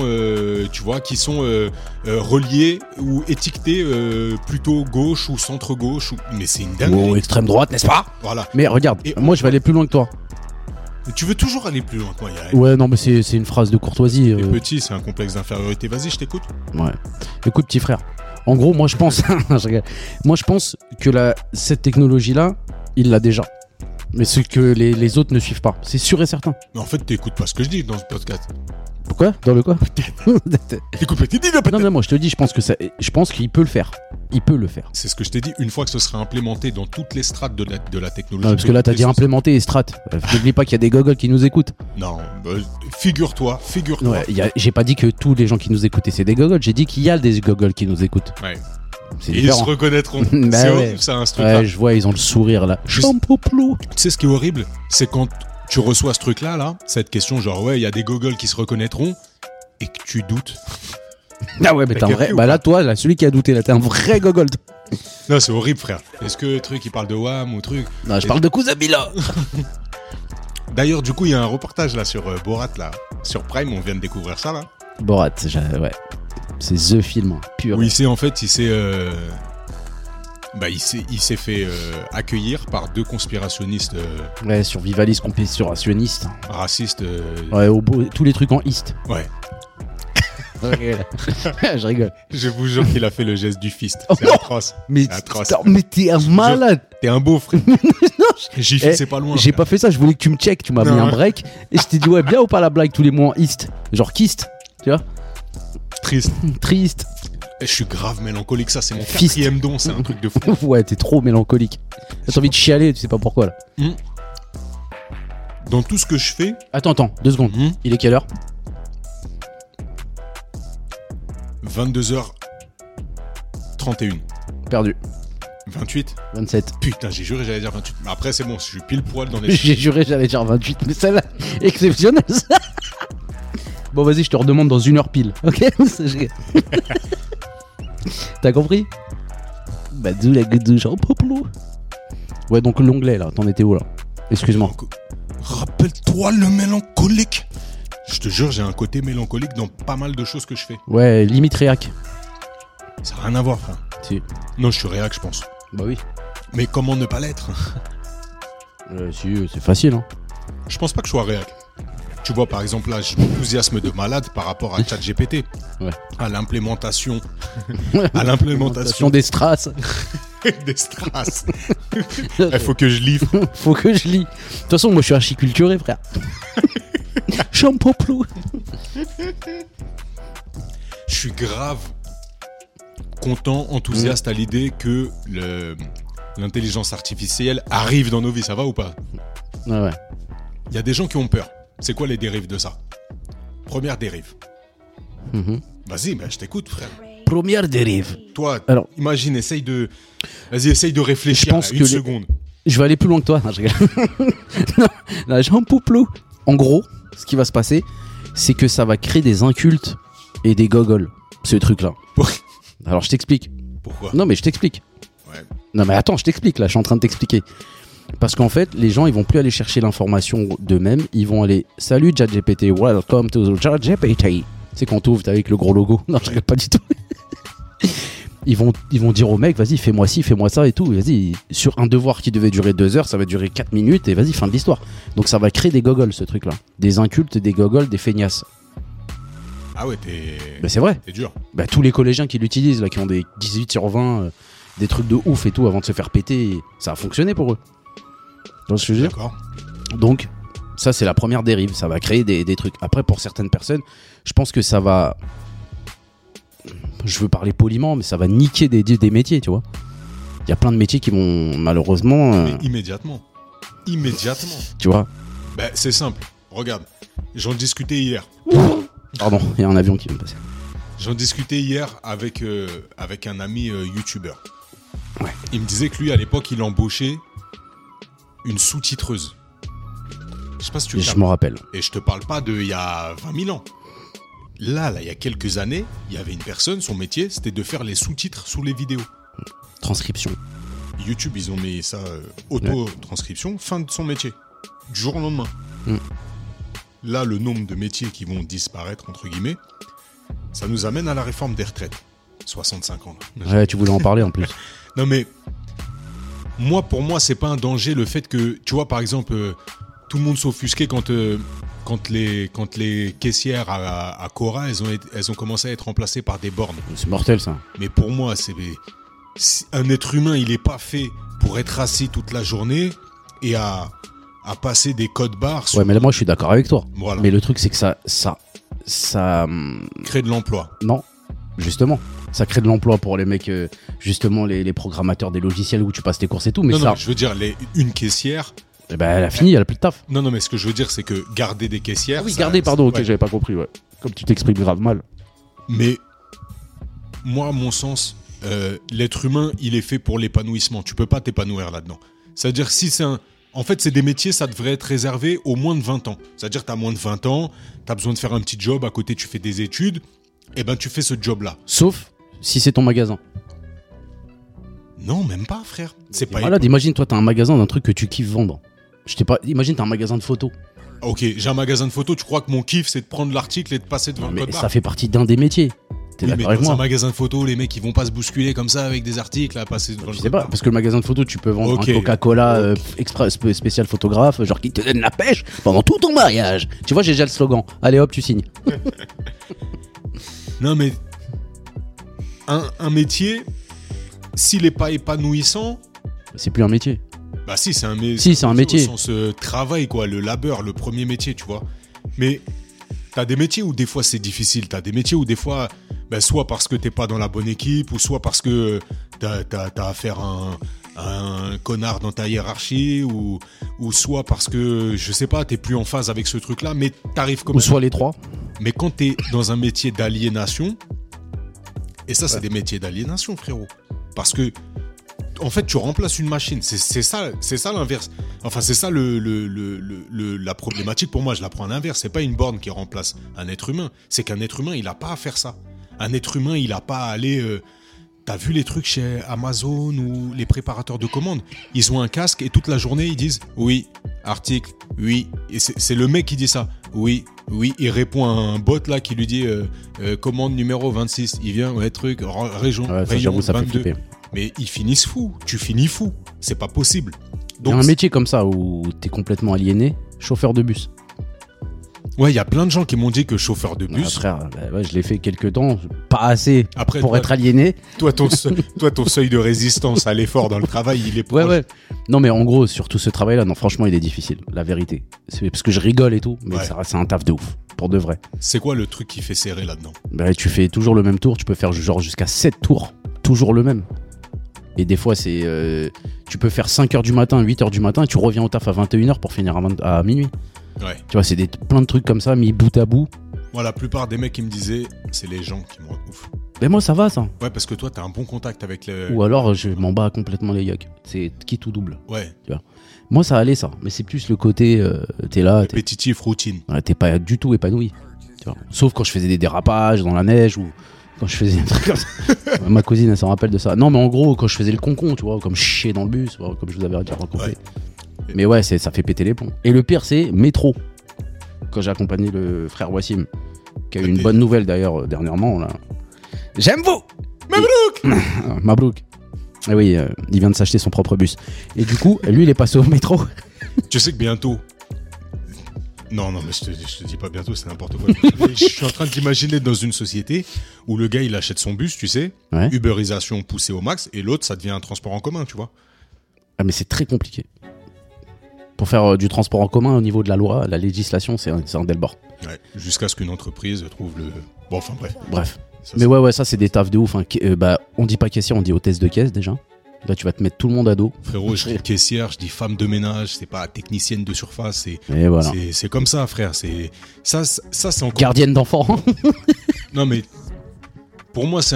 reliés ou étiquetés plutôt gauche ou centre gauche mais c'est une dinguerie. Ou extrême droite, n'est-ce pas ? Voilà. Mais regarde, moi je vais aller plus loin que toi. Mais tu veux toujours aller plus loin que moi, Yael. Ouais, non, mais c'est une phrase de courtoisie. T'es petit, c'est un complexe d'infériorité. Vas-y, je t'écoute. Ouais. Écoute, petit frère. En gros, moi, je pense... moi, je pense que cette technologie-là, il l'a déjà. Mais ce que les autres ne suivent pas. C'est sûr et certain. Mais en fait, t'écoutes pas ce que je dis dans ce podcast. Pourquoi ? Dans le quoi ? T'écoutes pas, peut-être. Non, moi, je te dis, je pense qu'il peut le faire. Il peut le faire. C'est ce que je t'ai dit, une fois que ce sera implémenté dans toutes les strates de la technologie. Non, parce que là, t'as dit implémenté et strates. N'oublie pas qu'il y a des gogoles qui nous écoutent. Non, figure-toi. Ouais, j'ai pas dit que tous les gens qui nous écoutaient, c'est des gogoles. J'ai dit qu'il y a des gogoles qui nous écoutent. Ouais. C'est et différent. ils se reconnaîtront. Bah c'est ouais. horrible, ça, un truc là. Ouais, je vois, ils ont le sourire là. Champoplou. Tu sais ce qui est horrible ? C'est quand tu reçois ce truc-là, cette question genre, ouais, il y a des gogoles qui se reconnaîtront et que tu doutes. Ah ouais, mais t'es un vrai. Bah là, toi, celui qui a douté, là, t'es un vrai gogol. Non, c'est horrible, frère. Est-ce que truc, il parle de Wham ou truc ? Non, je parle de Kouzabila. D'ailleurs, du coup, il y a un reportage là sur Borat, là, sur Prime, on vient de découvrir ça, là. Borat, ouais. C'est The Film, pur. Oui, c'est en fait, il s'est... Bah, il s'est fait accueillir par 2 conspirationnistes Ouais, survivaliste, conspirationniste. racistes. Ouais, tous les trucs en East. Ouais. Je rigole. Je vous jure qu'il a fait le geste du fist. C'est atroce. Mais, Atroce. mais t'es un malade. T'es un beau frère. J'y fais, c'est pas loin. J'ai frère. pas fait ça, je voulais que tu me checkes, tu m'as mis un break. Et je t'ai dit, ouais, bien ou pas la blague tous les mots en East. Genre Kist, tu vois. Triste. Triste. Je suis grave mélancolique, ça c'est mon Fist. 4e don, c'est un truc de fou. Ouais, t'es trop mélancolique. T'as envie de chialer, tu sais pas pourquoi là. Dans tout ce que je fais, Attends, 2 secondes. Il est quelle heure? 22h31. Perdu. 28. 27. Putain, j'ai juré j'allais dire 28. Mais après c'est bon, je suis pile poil dans les... J'ai juré j'allais dire 28, mais celle-là, exceptionnelle ça. Bon vas-y, je te redemande dans 1 heure pile, ok? T'as compris? Badou la goudou, genre poplou. Ouais, donc l'onglet là, t'en étais où là? Excuse-moi. Rappelle-toi le mélancolique. Je te jure, j'ai un côté mélancolique dans pas mal de choses que je fais. Ouais, limite réac. Ça n'a rien à voir, frère. Si. Non, je suis réac, je pense. Bah oui. Mais comment ne pas l'être? Si, c'est facile, hein. Je pense pas que je sois réac. Tu vois, par exemple, là, j'ai l'enthousiasme de malade par rapport à ChatGPT. Ouais. À l'implémentation. Des strass. des strass. Il faut que je livre. Faut que je lis. De toute façon, moi je suis archiculturé, frère. Champoplou. Je suis grave content, enthousiaste à l'idée que l'intelligence artificielle arrive dans nos vies. Ça va ou pas? Ouais. Il y a des gens qui ont peur. C'est quoi les dérives de ça? Première dérive. Vas-y, je t'écoute, frère. Première dérive. Toi, alors, imagine, essaye de réfléchir je pense là, que une seconde. Je vais aller plus loin que toi. Non, je rigole. Non, j'en pouplou. En gros, ce qui va se passer, c'est que ça va créer des incultes et des gogoles, ce truc-là. Alors, je t'explique. Pourquoi? Non, mais je t'explique. Ouais. Non, mais attends, je t'explique, là, je suis en train de t'expliquer. Parce qu'en fait, les gens, ils vont plus aller chercher l'information d'eux-mêmes, ils vont aller « Salut ChatGPT, welcome to ChatGPT ». C'est quand t'ouvres avec le gros logo. Non, je rigole pas du tout. Ils vont dire au mec, vas-y, fais-moi ci, fais-moi ça et tout. Vas-y, sur un devoir qui devait durer 2 heures, ça va durer 4 minutes et vas-y, fin de l'histoire. Donc ça va créer des gogoles, ce truc-là. Des incultes, des gogoles, des feignasses. Ah ouais, Bah c'est vrai. C'est dur. Bah tous les collégiens qui l'utilisent, là, qui ont des 18 sur 20, des trucs de ouf et tout, avant de se faire péter, ça a fonctionné pour eux. Tu vois ce que je veux dire ? D'accord. Donc, ça c'est la première dérive, ça va créer des trucs. Après, pour certaines personnes, je pense que ça va... Je veux parler poliment, mais ça va niquer des métiers, tu vois. Il y a plein de métiers qui vont malheureusement... Mais immédiatement. Immédiatement. Tu vois. Bah, c'est simple. Regarde, j'en discutais hier. Pardon, il y a un avion qui vient de passer. J'en discutais hier avec un ami youtubeur. Ouais. Il me disait que lui, à l'époque, il embauchait une sous-titreuse. Je sais pas si tu Je m'en rappelle. Et je te parle pas de il y a 20 000 ans. Là, il y a quelques années, il y avait une personne, son métier, c'était de faire les sous-titres sous les vidéos. Transcription. YouTube, ils ont mis ça auto-transcription, fin de son métier. Du jour au lendemain. Là, le nombre de métiers qui vont disparaître, entre guillemets, ça nous amène à la réforme des retraites. 65 ans. Là. Ouais, tu voulais en parler en plus. Non mais, pour moi, c'est pas un danger le fait que, tu vois, par exemple, tout le monde s'offusquait quand les caissières à Cora, elles ont commencé à être remplacées par des bornes. C'est mortel ça. Mais pour moi, c'est un être humain, il est pas fait pour être assis toute la journée et à passer des codes barres. Ouais, mais là, moi, je suis d'accord avec toi. Voilà. Mais le truc, c'est que ça crée de l'emploi. Non, justement. Ça crée de l'emploi pour les mecs, justement, les programmateurs des logiciels où tu passes tes courses et tout. Mais non, je veux dire, une caissière... Eh ben, elle a fini, elle a plus de taf. Non, mais ce que je veux dire, c'est que garder des caissières... Ah oui, garder, pardon, ok, ouais. J'avais pas compris, ouais. Comme tu t'exprimes grave mal. Mais, moi, à mon sens, l'être humain, il est fait pour l'épanouissement. Tu peux pas t'épanouir là-dedans. C'est-à-dire, si c'est un... En fait, c'est des métiers, ça devrait être réservé aux moins de 20 ans. C'est-à-dire, t'as moins de 20 ans, t'as besoin de faire un petit job, à côté, tu fais des études, et ben, tu fais ce job-là. Sauf si c'est ton magasin. Non, même pas, frère. C'est pas... Malade, imagine, toi, t'as un magasin d'un truc que tu kiffes vendre. Imagine, t'as un magasin de photos. Ok, j'ai un magasin de photos, tu crois que mon kiff, c'est de prendre l'article et de passer devant le Mais code barre. ça fait partie d'un des métiers. T'es Oui, mais d'accord avec dans un moi? magasin de photos, les mecs ils vont pas se bousculer comme ça avec des articles à passer devant Je le sais pas, parce que le magasin de photos, tu peux vendre Ok. un Coca-Cola spécial photographe, genre qui te donne la pêche pendant tout ton mariage. Tu vois, j'ai déjà le slogan. Allez hop, tu signes. Non mais un métier, s'il est pas épanouissant, C'est plus un métier. bah si c'est un, Si, c'est un métier. au sens travail quoi, le labeur, le premier métier, tu vois. Mais t'as des métiers où des fois c'est difficile, t'as des métiers où des fois, bah, soit parce que t'es pas dans la bonne équipe, ou soit parce que t'as affaire à un connard dans ta hiérarchie, ou soit parce que, je sais pas, t'es plus en phase avec ce truc-là, mais t'arrives comme Ou soit les trois. Mais quand t'es dans un métier d'aliénation, et ça c'est des métiers d'aliénation, frérot, parce que en fait tu remplaces une machine, c'est ça l'inverse. Enfin c'est ça la problématique pour moi, je la prends à l'inverse. C'est pas une borne qui remplace un être humain, c'est qu'un être humain il a pas à faire ça. Un être humain il a pas à aller... T'as vu les trucs chez Amazon ou les préparateurs de commandes, ils ont un casque et toute la journée ils disent oui, article, oui, et c'est le mec qui dit ça, oui, il répond à un bot là qui lui dit commande numéro 26, il vient, ouais, truc, région, Ouais, ça, rayon j'avoue, ça fait 22. flipper. Mais ils finissent fous, tu finis fou, c'est pas possible. Il y a un métier comme ça où t'es complètement aliéné, chauffeur de bus. Ouais, il y a plein de gens qui m'ont dit que chauffeur de bus. Frère, bah ouais, je l'ai fait quelques temps, pas assez Après, pour toi, être aliéné. Toi, ton seuil de résistance à l'effort dans le travail, il est proche. Ouais. Non, mais en gros, sur tout ce travail-là, non, franchement, il est difficile, la vérité. C'est parce que je rigole et tout, mais Ouais. c'est un taf de ouf, pour de vrai. C'est quoi le truc qui fait serrer là-dedans? Bah, tu fais toujours le même tour, tu peux faire genre jusqu'à 7 tours, toujours le même. Et des fois, c'est tu peux faire 5h du matin, 8h du matin, et tu reviens au taf à 21h pour finir à minuit. Ouais. Tu vois, c'est plein de trucs comme ça, mis bout à bout. Moi, la plupart des mecs qui me disaient, c'est les gens qui me rendent ouf. Mais moi, ça va, ça. Ouais, parce que toi, t'as un bon contact avec le... Ou alors, je m'en bats complètement les yeux. C'est qui tout double. Ouais, Moi, ça allait, ça. Mais c'est plus le côté, t'es là, répétitif, routine. t'es pas du tout épanoui. Tu vois. Sauf quand je faisais des dérapages dans la neige ou quand je faisais un truc comme ça. Ma cousine, elle s'en rappelle de ça. Non, mais en gros, quand je faisais le concon, tu vois, comme chier dans le bus, comme je vous avais déjà raconté. Ouais. Mais ouais, ça fait péter les plombs. Et le pire, c'est métro. Quand j'ai accompagné le frère Wassim, qui a eu une bonne nouvelle d'ailleurs dernièrement. Là. J'aime vous Mabrouk. Mabrouk. Et oui, il vient de s'acheter son propre bus. Et du coup, lui, il est passé au métro. Tu sais que bientôt... Non, mais je te dis pas bientôt, c'est n'importe quoi. Je suis en train d'imaginer dans une société où le gars, il achète son bus, tu sais, Ouais. Uberisation poussée au max, et l'autre, ça devient un transport en commun, tu vois. Ah, mais c'est très compliqué. Pour faire du transport en commun au niveau de la loi, la législation, c'est un delbord. Ouais, jusqu'à ce qu'une entreprise trouve le... Bon, enfin bref. Bref. Ça, Mais c'est- ouais, ça, c'est des tafs de ouf. Hein. On dit pas caissière, on dit hôtesse de caisse déjà. Là, tu vas te mettre tout le monde à dos. Frérot, je dis caissière, je dis femme de ménage, c'est pas technicienne de surface, Et voilà. c'est comme ça, frère. C'est ça, c'est encore. Gardienne d'enfants. Non mais pour moi,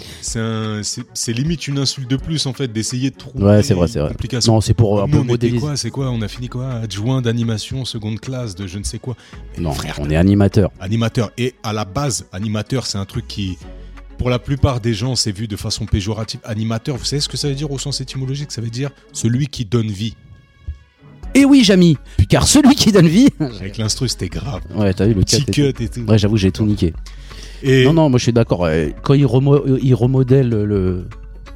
c'est limite une insulte de plus en fait d'essayer de trouver. Ouais, c'est vrai, c'est vrai. Complication. Non, c'est pour un Nous, peu on était modéliser. quoi? C'est quoi? On a fini quoi? Adjoint d'animation, seconde classe, de je ne sais quoi. Mais Non, frère, on est animateur. animateur. Et à la base, animateur, c'est un truc qui, pour la plupart des gens, c'est vu de façon péjorative. Animateur, vous savez ce que ça veut dire au sens étymologique? Ça veut dire celui qui donne vie. Et oui, Jamy, car celui qui donne vie. Avec l'instru, c'était grave. Ouais, t'as vu le Petit cut. cut et tout. Ouais, j'avoue, j'ai tout niqué. Et Non, moi je suis d'accord. Quand il remodèle le.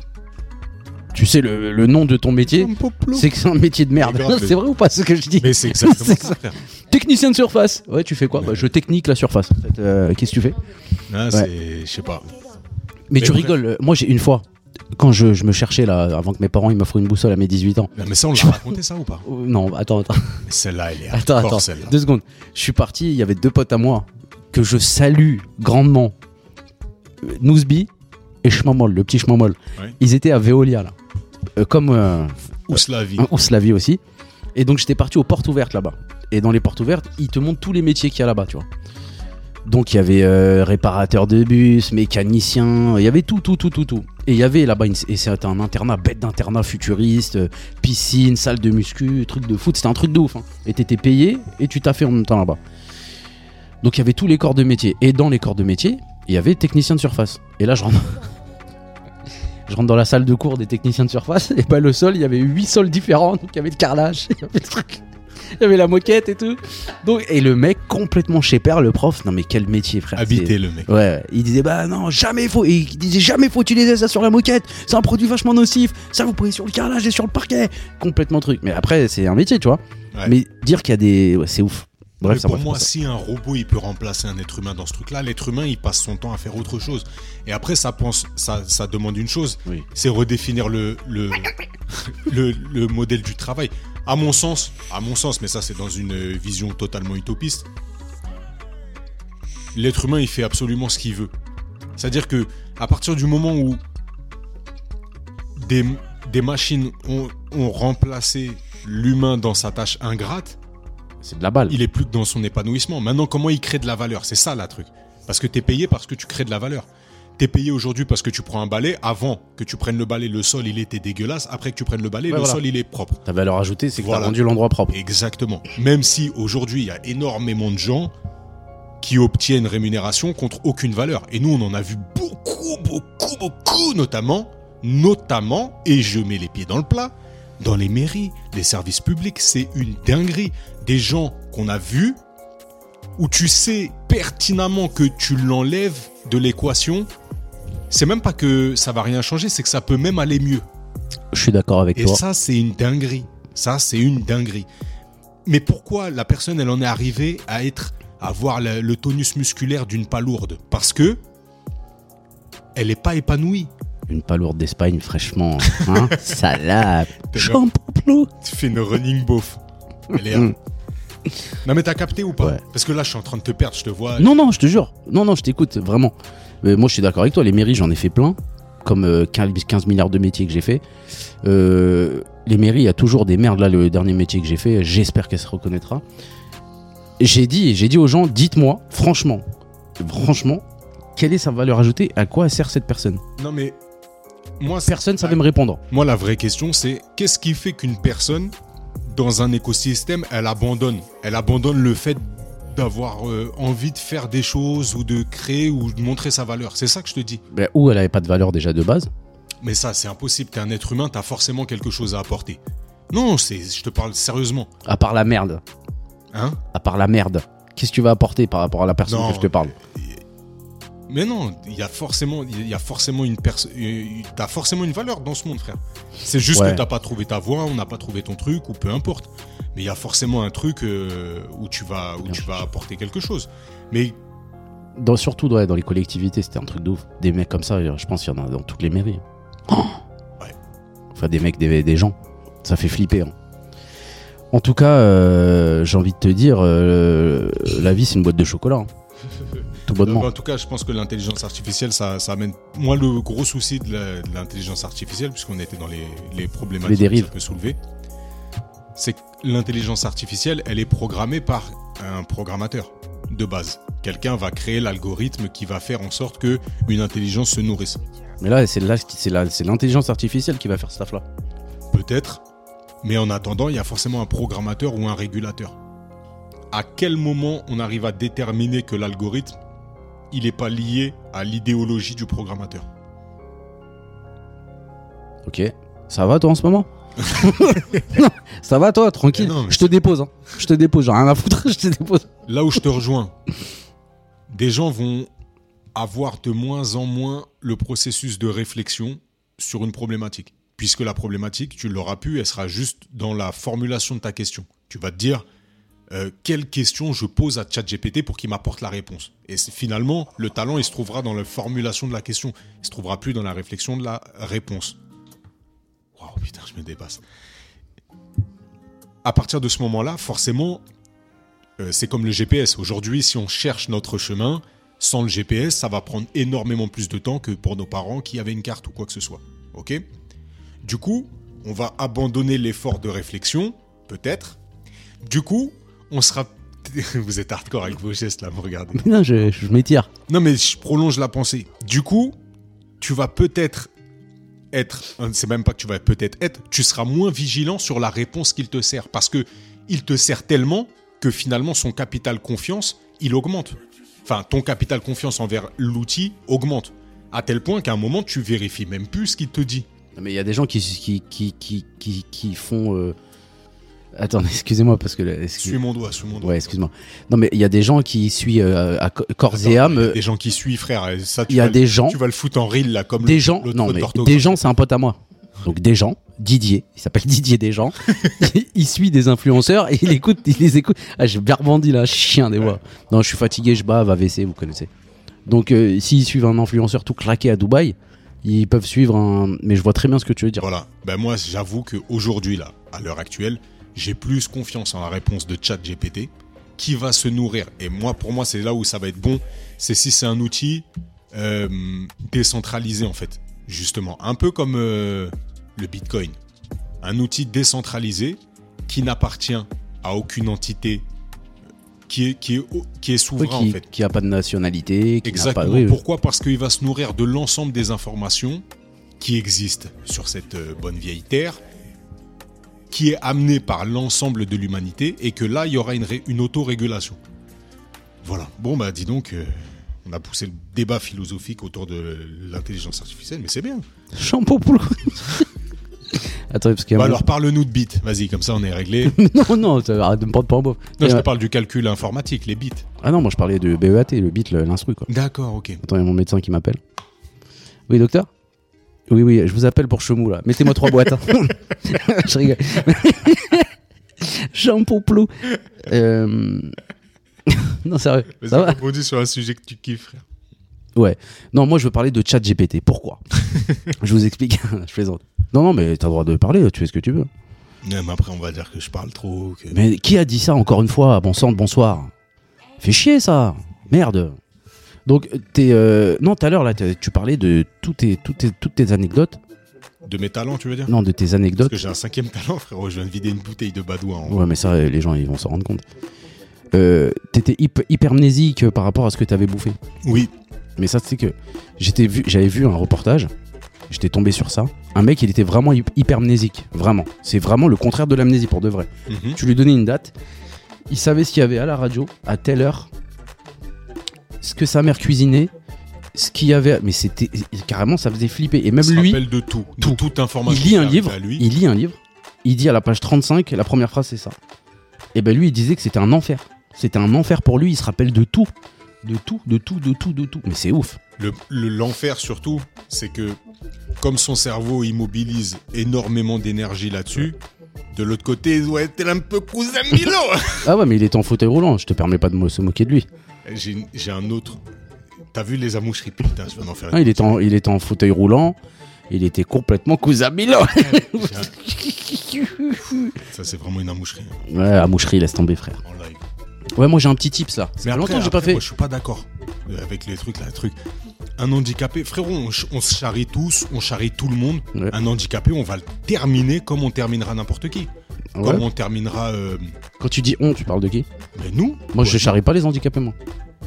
Tu sais, le nom de ton métier, c'est que c'est un métier de merde. Mais grave, C'est vrai ou pas ce que je dis? Mais c'est exactement C'est ça, frère. Technicien de surface. Ouais, tu fais quoi? Bah, je technique la surface. En fait. Qu'est-ce que tu fais? Ah, c'est, je sais pas. Mais tu bref. rigoles. Moi, j'ai une fois, quand je me cherchais là, avant que mes parents ils m'offrent une boussole à mes 18 ans. Non, mais ça, on l'a raconté ça ou pas? Non, attends. Mais celle-là, elle est Attends, hardcore, celle-là. 2 secondes. Je suis parti, il y avait 2 potes à moi que je salue grandement. Nousby et Schmamol, le petit Schmamol. Ouais. Ils étaient à Veolia là. Comme Ouslavie. Ouslavie aussi. Et donc j'étais parti aux portes ouvertes là-bas. Et dans les portes ouvertes, ils te montrent tous les métiers qu'il y a là-bas, tu vois. Donc il y avait réparateur de bus, mécanicien, il y avait tout. Et il y avait là-bas, et c'était un internat, bête d'internat futuriste, piscine, salle de muscu, truc de foot, c'était un truc de ouf. Hein. Et t'étais payé et tu t'as fait en même temps là-bas. Donc il y avait tous les corps de métier. Et dans les corps de métier, il y avait technicien de surface. Et là je rentre... je rentre dans la salle de cours des techniciens de surface, et bah le sol, il y avait 8 sols différents, donc il y avait le carrelage, il y avait le truc. Il y avait la moquette et tout. Donc, et le mec complètement chez père, le prof. Non mais quel métier, frère. Habité le mec. Ouais, il disait bah non, jamais faut. Et il disait jamais faut utiliser ça sur la moquette. C'est un produit vachement nocif. Ça vous pouvez sur le carrelage et sur le parquet. Complètement truc. Mais après, c'est un métier, tu vois. Ouais. Mais dire qu'il y a des, ouais, c'est ouf. Bref, pour moi, si un robot il peut remplacer un être humain dans ce truc-là, l'être humain il passe son temps à faire autre chose. Et après, ça demande une chose, oui. C'est redéfinir le modèle du travail. À mon sens, mais ça c'est dans une vision totalement utopiste. L'être humain il fait absolument ce qu'il veut. C'est-à-dire que à partir du moment où des machines ont remplacé l'humain dans sa tâche ingrate, c'est de la balle. Il est plus que dans son épanouissement. Maintenant, comment il crée de la valeur ? C'est ça, la truc. Parce que t'es payé parce que tu crées de la valeur. T'es payé aujourd'hui parce que tu prends un balai. Avant que tu prennes le balai, le sol, il était dégueulasse. Après que tu prennes le balai, le sol, il est propre. Ta valeur ajoutée, c'est que t'as rendu l'endroit propre. Exactement. Même si aujourd'hui, il y a énormément de gens qui obtiennent rémunération contre aucune valeur. Et nous, on en a vu beaucoup, notamment, et je mets les pieds dans le plat, dans les mairies, les services publics, c'est une dinguerie. Des gens qu'on a vus, où tu sais pertinemment que tu l'enlèves de l'équation, c'est même pas que ça va rien changer, c'est que ça peut même aller mieux. Je suis d'accord avec toi. Et ça, c'est une dinguerie. Mais pourquoi la personne, elle en est arrivée à avoir le tonus musculaire d'une palourde ? Parce que elle n'est pas épanouie. Une palourde d'Espagne, fraîchement, hein, salade, champomplo. Tu fais une running beauf. Elle est Non mais t'as capté ou pas ? Ouais. Parce que là je suis en train de te perdre, je te vois. Non, je te jure. Non, je t'écoute, vraiment. Moi je suis d'accord avec toi, les mairies j'en ai fait plein. Comme 15 milliards de métiers que j'ai fait. Les mairies, il y a toujours des merdes. Là, le dernier métier que j'ai fait, j'espère qu'elle se reconnaîtra. J'ai dit aux gens, dites-moi, franchement, quelle est sa valeur ajoutée ? À quoi sert cette personne ? Non mais... Personne ne savait me répondre. Moi, la vraie question, c'est qu'est-ce qui fait qu'une personne, dans un écosystème, elle abandonne le fait d'avoir envie de faire des choses ou de créer ou de montrer sa valeur. C'est ça que je te dis. Ou elle n'avait pas de valeur déjà de base. Mais ça, c'est impossible. T'es un être humain, t'as forcément quelque chose à apporter. Non, je te parle sérieusement. À part la merde. Hein ? À part la merde. Qu'est-ce que tu vas apporter par rapport à la personne que je te parle ? Mais non, il y a forcément t'as forcément une valeur dans ce monde, frère. C'est juste que t'as pas trouvé ta voie, on n'a pas trouvé ton truc, ou peu importe. Mais il y a forcément un truc où tu vas apporter quelque chose. Mais surtout dans les collectivités, c'était un truc de ouf. Des mecs comme ça, je pense qu'il y en a dans toutes les mairies. Ouais. Enfin, des mecs, des gens. Ça fait flipper. Hein. En tout cas, j'ai envie de te dire, la vie, c'est une boîte de chocolat. Hein. Tout bonnement. En tout cas, je pense que l'intelligence artificielle, ça amène. Moi, le gros souci de l'intelligence artificielle, puisqu'on était dans les problématiques que ça peut soulever, c'est que l'intelligence artificielle, elle est programmée par un programmateur de base. Quelqu'un va créer l'algorithme qui va faire en sorte que une intelligence se nourrisse. Mais là, c'est l'intelligence artificielle qui va faire ce taf-là. Peut-être, mais en attendant, il y a forcément un programmateur ou un régulateur. À quel moment on arrive à déterminer que l'algorithme, il n'est pas lié à l'idéologie du programmateur ? Ok. Ça va toi en ce moment ? Non, ça va toi, tranquille. Non, je te dépose. Hein. Je te dépose, j'ai rien à foutre, je te dépose. Là où je te rejoins, des gens vont avoir de moins en moins le processus de réflexion sur une problématique. Puisque la problématique, tu l'auras pu, elle sera juste dans la formulation de ta question. Tu vas te dire... quelle question je pose à ChatGPT pour qu'il m'apporte la réponse. Et finalement, le talent, il se trouvera dans la formulation de la question. Il se trouvera plus dans la réflexion de la réponse. Waouh, putain, je me dépasse. À partir de ce moment-là, forcément, c'est comme le GPS. Aujourd'hui, si on cherche notre chemin, sans le GPS, ça va prendre énormément plus de temps que pour nos parents qui avaient une carte ou quoi que ce soit. Ok ? Du coup, on va abandonner l'effort de réflexion, peut-être. Du coup, on sera... Vous êtes hardcore avec vos gestes là, vous regardez. Mais non, je m'étire. Non, mais je prolonge la pensée. Du coup, tu vas peut-être être... C'est même pas que tu vas peut-être être... Tu seras moins vigilant sur la réponse qu'il te sert. Parce que il te sert tellement que finalement, son capital confiance, il augmente. Enfin, ton capital confiance envers l'outil augmente. À tel point qu'à un moment, tu vérifies même plus ce qu'il te dit. Mais il y a des gens qui font... Attends, excusez-moi parce que Suis mon doigt. Ouais, excuse-moi. Non, mais il y a des gens qui suivent à corps et âme. Il y a des gens qui suivent, frère. Et ça, Il y a des gens. Tu vas le foutre en reel là, comme des gens. Non, mais des gens, c'est un pote à moi. Donc des gens. Didier, il s'appelle Didier Desgens. Il suit des influenceurs et il les écoute. Ah, j'ai bien rebondi là, chien des voix. Non, je suis fatigué, je bave, AVC, vous connaissez. Donc s'ils suivent un influenceur tout claqué à Dubaï, ils peuvent suivre un. Mais je vois très bien ce que tu veux dire. Voilà. Ben moi, j'avoue qu'aujourd'hui, là, à l'heure actuelle, j'ai plus confiance en la réponse de ChatGPT qui va se nourrir. Et moi, pour moi, c'est là où ça va être bon. C'est si c'est un outil décentralisé, en fait. Justement. Un peu comme le Bitcoin. Un outil décentralisé qui n'appartient à aucune entité qui est souverain, en fait. Qui n'a pas de nationalité. Exactement. Pas... Pourquoi ? Parce qu'il va se nourrir de l'ensemble des informations qui existent sur cette bonne vieille terre, qui est amenée par l'ensemble de l'humanité, et que là, il y aura une autorégulation. Voilà. Bon, bah, dis donc, on a poussé le débat philosophique autour de l'intelligence artificielle, mais c'est bien. Shampoo pour le... Attends, parce qu'il y a alors parle-nous de bits, vas-y, comme ça on est réglé. non, arrête de me prendre pour un beau. Non, je te parle du calcul informatique, les bits. Ah non, moi je parlais de BEAT, le bit, l'instru quoi. D'accord, ok. Attends, il y a mon médecin qui m'appelle. Oui, docteur ? Oui, je vous appelle pour Chemou là. Mettez-moi 3 boîtes. Hein. Je rigole. Shampoo plou. Non, sérieux. Vas-y, ça va ? rebondis sur un sujet que tu kiffes, frère. Ouais. Non, moi je veux parler de ChatGPT. Pourquoi ? Je vous explique. Je plaisante. Non, mais t'as le droit de parler, tu fais ce que tu veux. Ouais, mais après, on va dire que je parle trop. Que... Mais qui a dit ça encore une fois ? Bon sang de bonsoir. Fais chier ça. Merde. Donc, non, tout à l'heure, là, tu parlais de toutes tes anecdotes. De mes talents, tu veux dire ? Non, de tes anecdotes. Parce que j'ai un 5e talent, frérot. Je viens de vider une bouteille de Badois. Ouais, mais ça, les gens, ils vont s'en rendre compte. T'étais hypermnésique par rapport à ce que t'avais bouffé. Oui. Mais ça, c'est que j'avais vu un reportage, j'étais tombé sur ça. Un mec, il était vraiment hypermnésique, vraiment. C'est vraiment le contraire de l'amnésie pour de vrai. Mm-hmm. Tu lui donnais une date, il savait ce qu'il y avait à la radio, à telle heure, ce que sa mère cuisinait, ce qu'il y avait. Mais c'était carrément, ça faisait flipper. Et même il lui, se rappelle de tout, de toute information. Il lit un livre, il dit à la page 35, la première phrase c'est ça. Et ben lui, il disait que c'était un enfer. C'était un enfer pour lui, il se rappelle de tout. De tout. Mais c'est ouf. L'enfer surtout, c'est que comme son cerveau immobilise énormément d'énergie là-dessus, de l'autre côté, ouais, t'es un peu cousin Milo. Ah ouais, mais il est en fauteuil roulant, je te permets pas de se moquer de lui. J'ai un autre. T'as vu les amoucheries, putain, je viens d'en faire. Ah, il était en fauteuil roulant, il était complètement cousin Milo. Ça, c'est vraiment une amoucherie. Ouais, amoucherie, laisse tomber, frère. En live. Ouais, moi j'ai un petit tips là. Mais longtemps que j'ai pas fait. Moi, je suis pas d'accord avec les trucs là. Un handicapé, frérot, on se charrie tous, on charrie tout le monde. Ouais. Un handicapé, on va le terminer comme on terminera n'importe qui. Ouais. Comme on terminera. Quand tu dis on, tu parles de qui ? Mais nous. Moi, je charrie pas les handicapés, moi.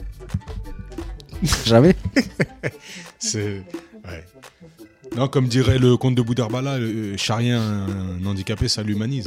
Jamais. C'est. Ouais. Non, comme dirait le comte de Boudarbala, charrier un handicapé, ça l'humanise.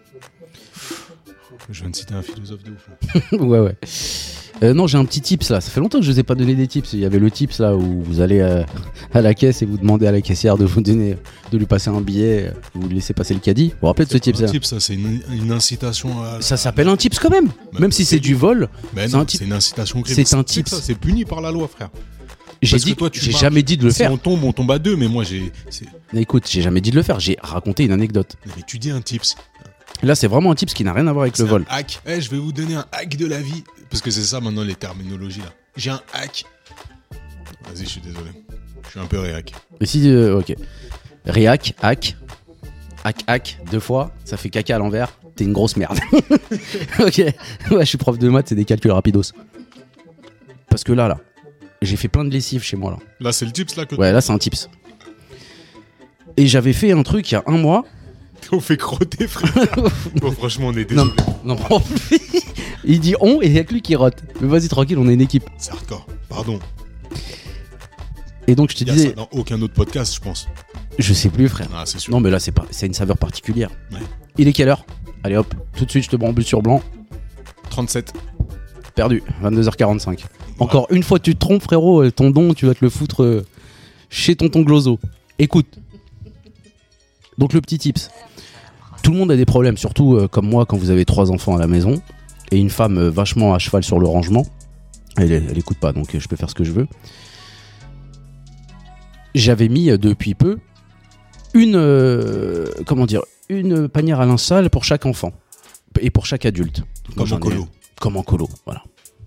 Je viens de citer un philosophe de ouf. Là. Ouais. Non, j'ai un petit tips là. Ça fait longtemps que je vous ai pas donné des tips. Il y avait le tips là où vous allez à la caisse et vous demandez à la caissière de lui passer un billet. Vous lui laissez passer le caddie. Vous vous rappelez de ce tips là ? Un tips, ça, c'est une incitation à. Ça s'appelle un tips quand même. Même si c'est du vol. Mais non, c'est une incitation. C'est un tips. C'est puni par la loi, frère. J'ai jamais dit de le faire. Si on tombe à deux, mais moi Écoute, j'ai jamais dit de le faire. J'ai raconté une anecdote. Mais tu dis un tips. Là, c'est vraiment un tips qui n'a rien à voir avec le vol. Hack. Je vais vous donner un hack de la vie. Parce que c'est ça maintenant les terminologies là. J'ai un hack. Vas-y, je suis désolé. Je suis un peu réhack. Mais si, ok. Réhack, hack. Hack, 2 fois. Ça fait caca à l'envers. T'es une grosse merde. Ok. Ouais, je suis prof de maths, c'est des calculs rapidos. Parce que là, j'ai fait plein de lessive chez moi là. Là, c'est le tips là que. Ouais, là, c'est un tips. Et j'avais fait un truc il y a 1 mois. On fait crotter, frère. Bon, franchement, on est désolé. Non, il dit on et il y a que lui qui rote. Mais vas-y, tranquille, on est une équipe. C'est hardcore, pardon. Et donc, je te disais. Ça dans aucun autre podcast, je pense. Je sais plus, frère. Ah, c'est sûr. Non, mais là, c'est une saveur particulière. Ouais. Il est quelle heure ? Allez hop, tout de suite, je te bambule sur blanc. 37. Perdu, 22h45. Encore une fois, tu te trompes, frérot. Ton don, tu vas te le foutre chez tonton Glozo. Écoute. Donc, le petit tips. Tout le monde a des problèmes, surtout comme moi quand vous avez 3 enfants à la maison et une femme vachement à cheval sur le rangement. Elle écoute pas, donc je peux faire ce que je veux. J'avais mis depuis peu une panière à linge sale pour chaque enfant et pour chaque adulte. Comme en colo. Comme en colo, voilà.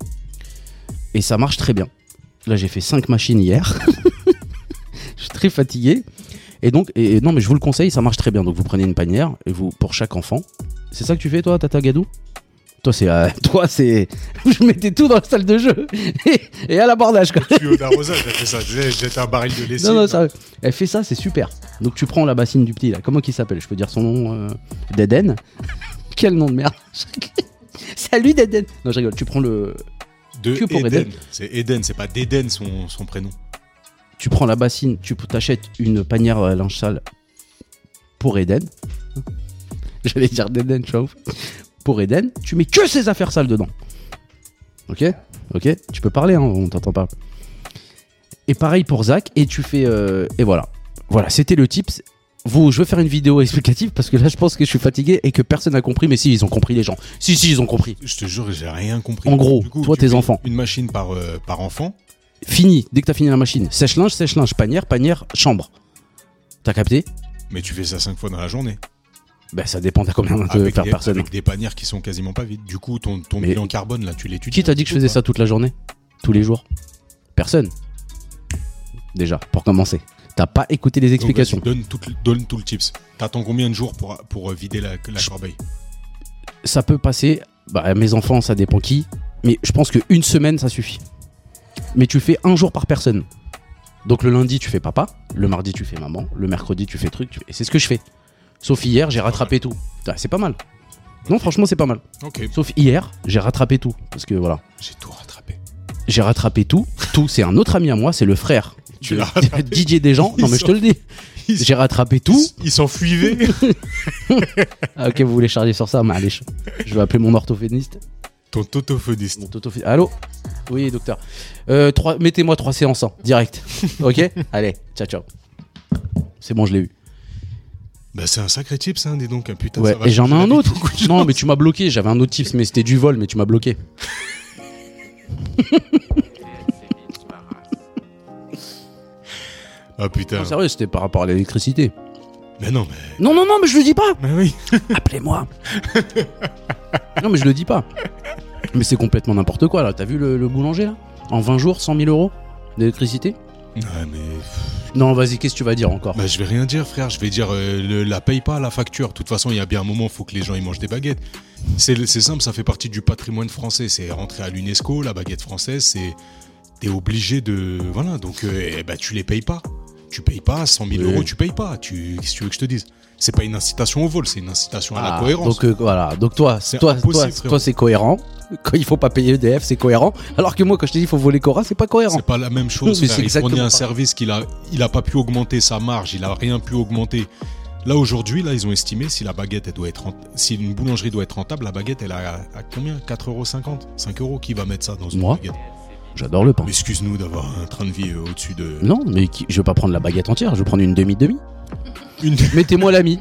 Et ça marche très bien. Là, j'ai fait 5 machines hier. Je suis très fatigué. Et donc, non, mais je vous le conseille, ça marche très bien. Donc, vous prenez une panière et vous, pour chaque enfant. C'est ça que tu fais, toi, Tata Gadou ? Toi, c'est. Je mettais tout dans la salle de jeu et à l'abordage, quoi. Tuyau d'arrosage, elle fait ça. J'étais un baril de lessive. Non, ça, elle fait ça, c'est super. Donc, tu prends la bassine du petit, là. Comment il s'appelle ? Je peux dire son nom Deden. Quel nom de merde. Salut, Deden. Non, je rigole. Tu prends le. Que pour Eden. C'est Eden, c'est pas Deden son prénom. Tu prends la bassine, tu t'achètes une panière à linge sale pour Eden. J'allais dire Deden, tu vois. Pour Eden, tu mets que ses affaires sales dedans. Ok, tu peux parler, hein, on t'entend pas. Et pareil pour Zach, et tu fais... et voilà, c'était le tips. Je veux faire une vidéo explicative parce que là je pense que je suis fatigué et que personne n'a compris, mais si, ils ont compris les gens. Si, ils ont compris. Je te jure, j'ai rien compris. En gros, coup, toi tes enfants. Une machine par enfant. Fini, dès que t'as fini la machine. Sèche-linge, panière, chambre. T'as capté ? Mais tu fais ça 5 fois dans la journée. Ben ça dépend, t'as combien de personnes. Avec des panières qui sont quasiment pas vides. Du coup, ton bilan carbone, là, tu l'étudies. Qui t'a dit que je faisais ça toute la journée ? Tous les jours ? Personne. Déjà, pour commencer. T'as pas écouté les explications. Donc, donne tout le tips. T'attends combien de jours pour vider la corbeille ? Ça peut passer... mes enfants, ça dépend qui. Mais je pense qu'une semaine, ça suffit. Mais tu fais 1 jour par personne. Donc le lundi, tu fais papa. Le mardi, tu fais maman. Le mercredi, tu fais truc. Et c'est ce que je fais. Sauf hier, j'ai rattrapé tout. C'est pas mal. Non, franchement, c'est pas mal. Okay. Sauf hier, j'ai rattrapé tout. Parce que voilà. J'ai tout rattrapé. J'ai rattrapé tout. Tout, c'est un autre ami à moi, c'est le frère tu l'as rattrapé. Didier Deschamps. Non, mais je te le dis. J'ai rattrapé tout. Il s'enfuivait. Ah, ok, vous voulez charger sur ça, mais allez, je vais appeler mon orthophoniste. Ton totophoniste. Allô ? Oui, docteur. Mettez-moi 3 séances, hein, direct. Ok ? Allez, ciao. C'est bon, je l'ai eu. Bah c'est un sacré tips, hein, dis donc. Putain, ouais, ça va et j'en ai un autre. Non, choses. mais tu m'as bloqué. J'avais un autre tips, mais c'était du vol, mais tu m'as bloqué. Ah putain. Non, sérieux, c'était par rapport à l'électricité. Mais non, mais... Non, mais je le dis pas. Mais oui. Appelez-moi. Non, mais je le dis pas. Mais c'est complètement n'importe quoi, là. T'as vu le boulanger, là ? En 20 jours, 100 000 euros d'électricité ? Ouais, mais... Non, vas-y, qu'est-ce que tu vas dire encore ? Bah je vais rien dire, frère. Je vais dire, la paye pas, la facture. De toute façon, il y a bien un moment, il faut que les gens ils mangent des baguettes. C'est simple, ça fait partie du patrimoine français. C'est rentré à l'UNESCO, la baguette française, t'es obligé de... Voilà, donc tu les payes pas. Tu payes pas, 100 000 euros, tu payes pas. Qu'est-ce que tu veux que je te dise ? C'est pas une incitation au vol, c'est une incitation à la cohérence. Donc voilà, donc toi c'est cohérent. Quand il faut pas payer EDF, c'est cohérent. Alors que moi, quand je te dis il faut voler Cora, c'est pas cohérent. C'est pas la même chose. Mais il fournit un service il a pas pu augmenter sa marge, il a rien pu augmenter. Là aujourd'hui, ils ont estimé si la baguette si une boulangerie doit être rentable, la baguette elle a à combien ? 4,50 €, 5 € qui va mettre ça dans une baguette ? J'adore le pain. Mais excuse-nous d'avoir un train de vie au-dessus de... Non, mais je veux pas prendre la baguette entière, je veux prendre une demi-demi. Mettez-moi l'ami.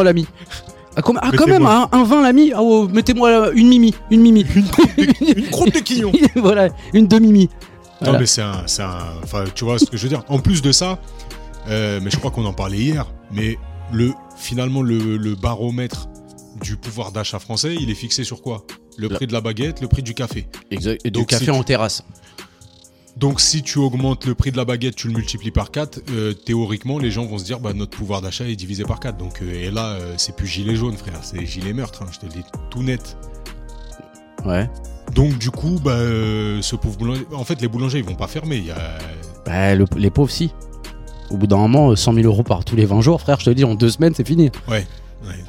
Quand même, un vin l'ami. Oh, mettez-moi une mimi. Une croûte de quillon. Voilà, une demi-mimi. Non, voilà. Mais c'est un... Enfin, tu vois ce que je veux dire. En plus de ça, mais je crois qu'on en parlait hier, mais finalement, le baromètre du pouvoir d'achat français, il est fixé sur quoi ? Le prix de la baguette, le prix du café. Exact. Et du café en terrasse. Donc si tu augmentes le prix de la baguette, tu le multiplies par 4, théoriquement les gens vont se dire notre pouvoir d'achat est divisé par 4. Donc et là c'est plus gilet jaune, frère, c'est gilet meurtre, hein, je te le dis tout net. Ouais. Donc du coup ce pauvre boulanger, en fait les boulangers ils vont pas fermer, les pauvres si. Au bout d'un moment 100 000 € par tous les 20 jours, frère, je te le dis, en 2 semaines c'est fini. Ouais. T'imagines ?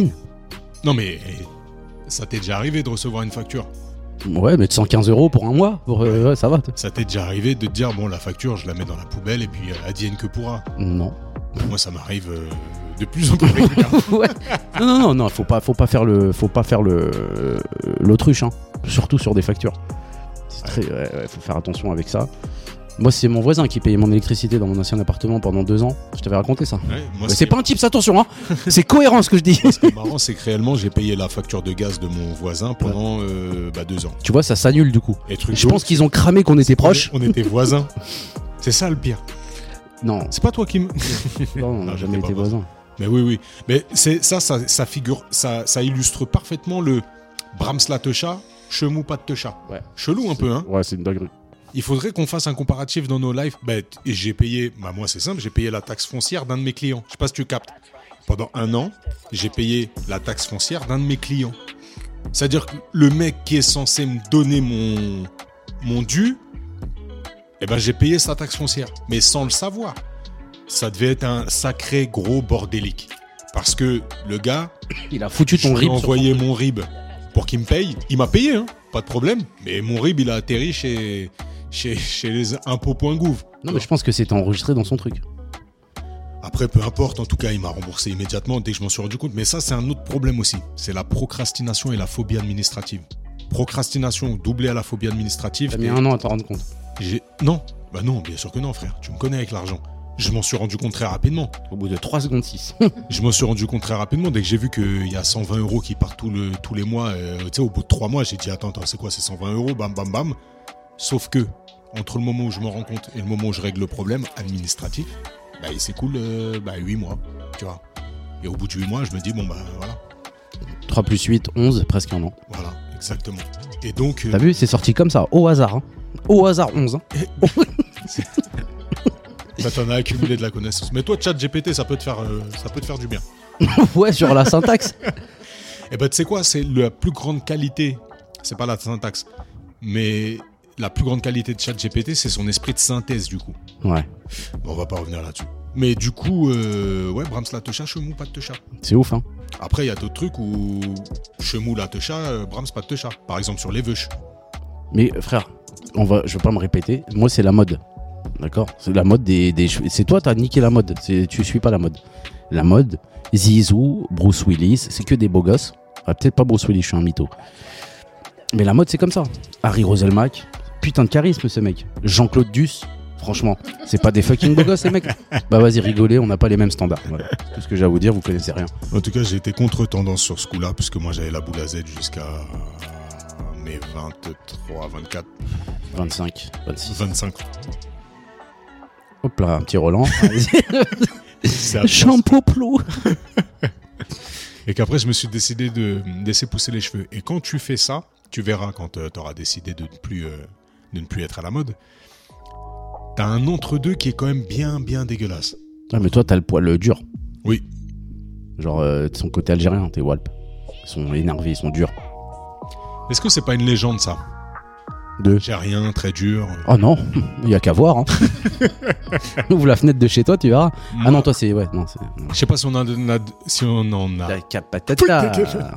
Non mais ça t'est déjà arrivé de recevoir une facture ? Ouais, mais de 115 € pour un mois, ouais, ça va. Ça t'est déjà arrivé de te dire, la facture, je la mets dans la poubelle et puis advienne que pourra ? Non. Moi, ça m'arrive de plus en plus régulièrement. Ouais. Non, faut pas faire l'autruche, hein. Surtout sur des factures. Faut faire attention avec ça. Moi, c'est mon voisin qui payait mon électricité dans mon ancien appartement pendant 2 ans. Je t'avais raconté ça. Ouais, moi, Mais c'est pas un tips, attention, hein. C'est cohérent ce que je dis. Ce qui est marrant, c'est que réellement, j'ai payé la facture de gaz de mon voisin pendant 2 ans. Tu vois, ça s'annule du coup. Et truc Je de pense ouf, qu'ils ont cramé qu'on était proches. on était voisins. C'est ça le pire. Non, C'est pas toi qui me. non, on n'a Non, jamais j'étais été pas voisins. Mais oui. Mais c'est ça figure, ça illustre parfaitement le Brahms la techa, Chemou pas de techa. Ouais. Chelou un peu, hein. Ouais, c'est une dinguerie. Il faudrait qu'on fasse un comparatif dans nos lives. Et j'ai payé, moi c'est simple, j'ai payé la taxe foncière d'un de mes clients. Je sais pas si tu captes. Pendant 1 an, j'ai payé la taxe foncière d'un de mes clients. C'est-à-dire que le mec qui est censé me donner mon dû, j'ai payé sa taxe foncière, mais sans le savoir. Ça devait être un sacré gros bordélique. Parce que le gars, Il a foutu ton je lui ai rib. envoyé mon RIB pour qu'il me paye. Il m'a payé, hein, pas de problème. Mais mon RIB, il a atterri chez les impôts.gouv. Non, mais je pense que c'était enregistré dans son truc. Après, peu importe, en tout cas, il m'a remboursé immédiatement dès que je m'en suis rendu compte. Mais ça, c'est un autre problème aussi. C'est la procrastination et la phobie administrative. Procrastination doublée à la phobie administrative. T'as mis 1 an à t'en rendre compte. Non, non, bien sûr que non, frère. Tu me connais avec l'argent. Je m'en suis rendu compte très rapidement. Au bout de 3 secondes 6. Je m'en suis rendu compte très rapidement dès que j'ai vu qu'il y a 120 € qui partent tous les mois. Tu sais, au bout de 3 mois, j'ai dit attends, c'est quoi, c'est 120 €, bam, bam, bam. Sauf que, entre le moment où je m'en rends compte et le moment où je règle le problème administratif, il s'écoule 8 mois, tu vois. Et au bout de 8 mois, je me dis, voilà. 3 plus 8, 11, presque 1 an. Voilà, exactement. Et donc. T'as vu, c'est sorti comme ça, au hasard. Hein. Au hasard 11. Hein. Ça t'en a accumulé de la connaissance. Mais toi, ChatGPT, ça peut te faire du bien. Ouais, sur la syntaxe. Et tu sais quoi, c'est la plus grande qualité. C'est pas la syntaxe, mais la plus grande qualité de ChatGPT, c'est son esprit de synthèse, du coup. Ouais. Bon, on va pas revenir là-dessus. Mais du coup, Brahms la techa, Chemou pas de techa. C'est ouf, hein. Après, il y a d'autres trucs où Chemou la techa, Brahms pas de techa. Par exemple, sur les veuches. Mais frère, je vais pas me répéter. Moi, c'est la mode. D'accord. C'est la mode des cheveux. C'est toi, t'as niqué la mode. Tu suis pas la mode. La mode, Zizou, Bruce Willis, c'est que des beaux gosses. Ah, peut-être pas Bruce Willis, je suis un mytho. Mais la mode, c'est comme ça. Harry Roselmack, putain de charisme ce mec. Jean-Claude Duss, franchement, c'est pas des fucking beaux gosses ces mecs. Bah vas-y, rigolez, on n'a pas les mêmes standards. Voilà. C'est tout ce que j'ai à vous dire, vous connaissez rien. En tout cas, j'ai été contre-tendance sur ce coup-là, puisque moi j'avais la boule à Z jusqu'à mes 23, 24, 25, 26. 25. Hop là, un petit Roland. C'est atroce. Shampoo plou. Et qu'après, je me suis décidé de laisser pousser les cheveux. Et quand tu fais ça, tu verras quand tu auras décidé de ne plus être à la mode, t'as un entre-deux qui est quand même bien, bien dégueulasse. Ah, mais toi, t'as le poil dur. Oui. Genre, de son côté algérien, tes Walp. Ils sont énervés, ils sont durs. Est-ce que c'est pas une légende, ça? J'ai rien, très dur. Oh non, il y a qu'à voir. Hein. Ouvre la fenêtre de chez toi, tu verras. Ah non, toi, c'est... Ouais, non, c'est... Je sais pas si on en a... La capatata.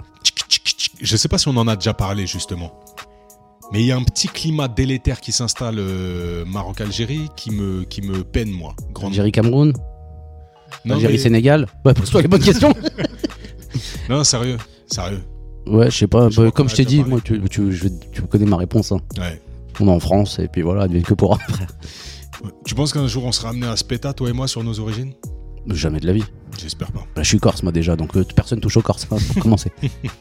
Je sais pas si on en a déjà parlé, justement. Mais il y a un petit climat délétère qui s'installe Maroc-Algérie qui me peine, moi. Algérie-Cameroun. Non, Algérie-Sénégal. Bah, pose-toi les bonnes questions. Non, sérieux. Ouais, je sais pas. Je comme je t'ai dit, parlé. moi, tu connais ma réponse. Hein. Ouais. On est en France, et puis voilà, advienne que pourra, frère. Tu penses qu'un jour on sera amené à se péta, toi et moi, sur nos origines? Jamais de la vie. J'espère pas. Bah, je suis corse, moi, déjà, donc personne touche au corse, hein, pour commencer.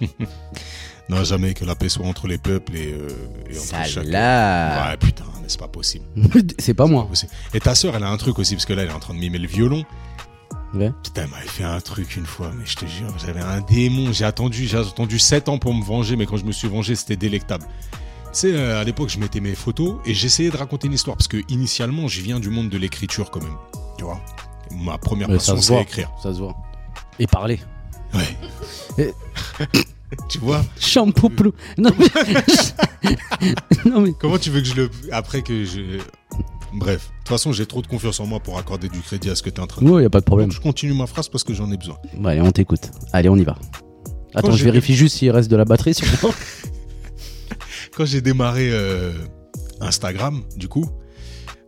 Non, jamais, que la paix soit entre les peuples et entre chaque... Salah. Ouais, putain, mais c'est pas possible. C'est pas moi. Possible. Et ta sœur, elle a un truc aussi, parce que là, elle est en train de mimer le violon. Ouais. Putain, elle m'avait fait un truc une fois, mais je te jure, j'avais un démon. J'ai attendu 7 ans pour me venger, mais quand je me suis vengé, c'était délectable. Tu sais, à l'époque, je mettais mes photos et j'essayais de raconter une histoire, parce que initialement, je viens du monde de l'écriture quand même. Tu vois, ma première passion, c'est écrire. Ça se voit. Et parler. Ouais. Tu vois. Shampoo plou. Non mais... non mais... Comment tu veux que je le... Après que je... Bref, de toute façon, j'ai trop de confiance en moi pour accorder du crédit à ce que tu es en train de faire. Ouais, y a pas de problème. Donc, je continue ma phrase parce que j'en ai besoin. Bah, allez, on t'écoute. Allez, on y va. Attends, je vérifie juste s'il reste de la batterie sur moi. Quand j'ai démarré Instagram, du coup,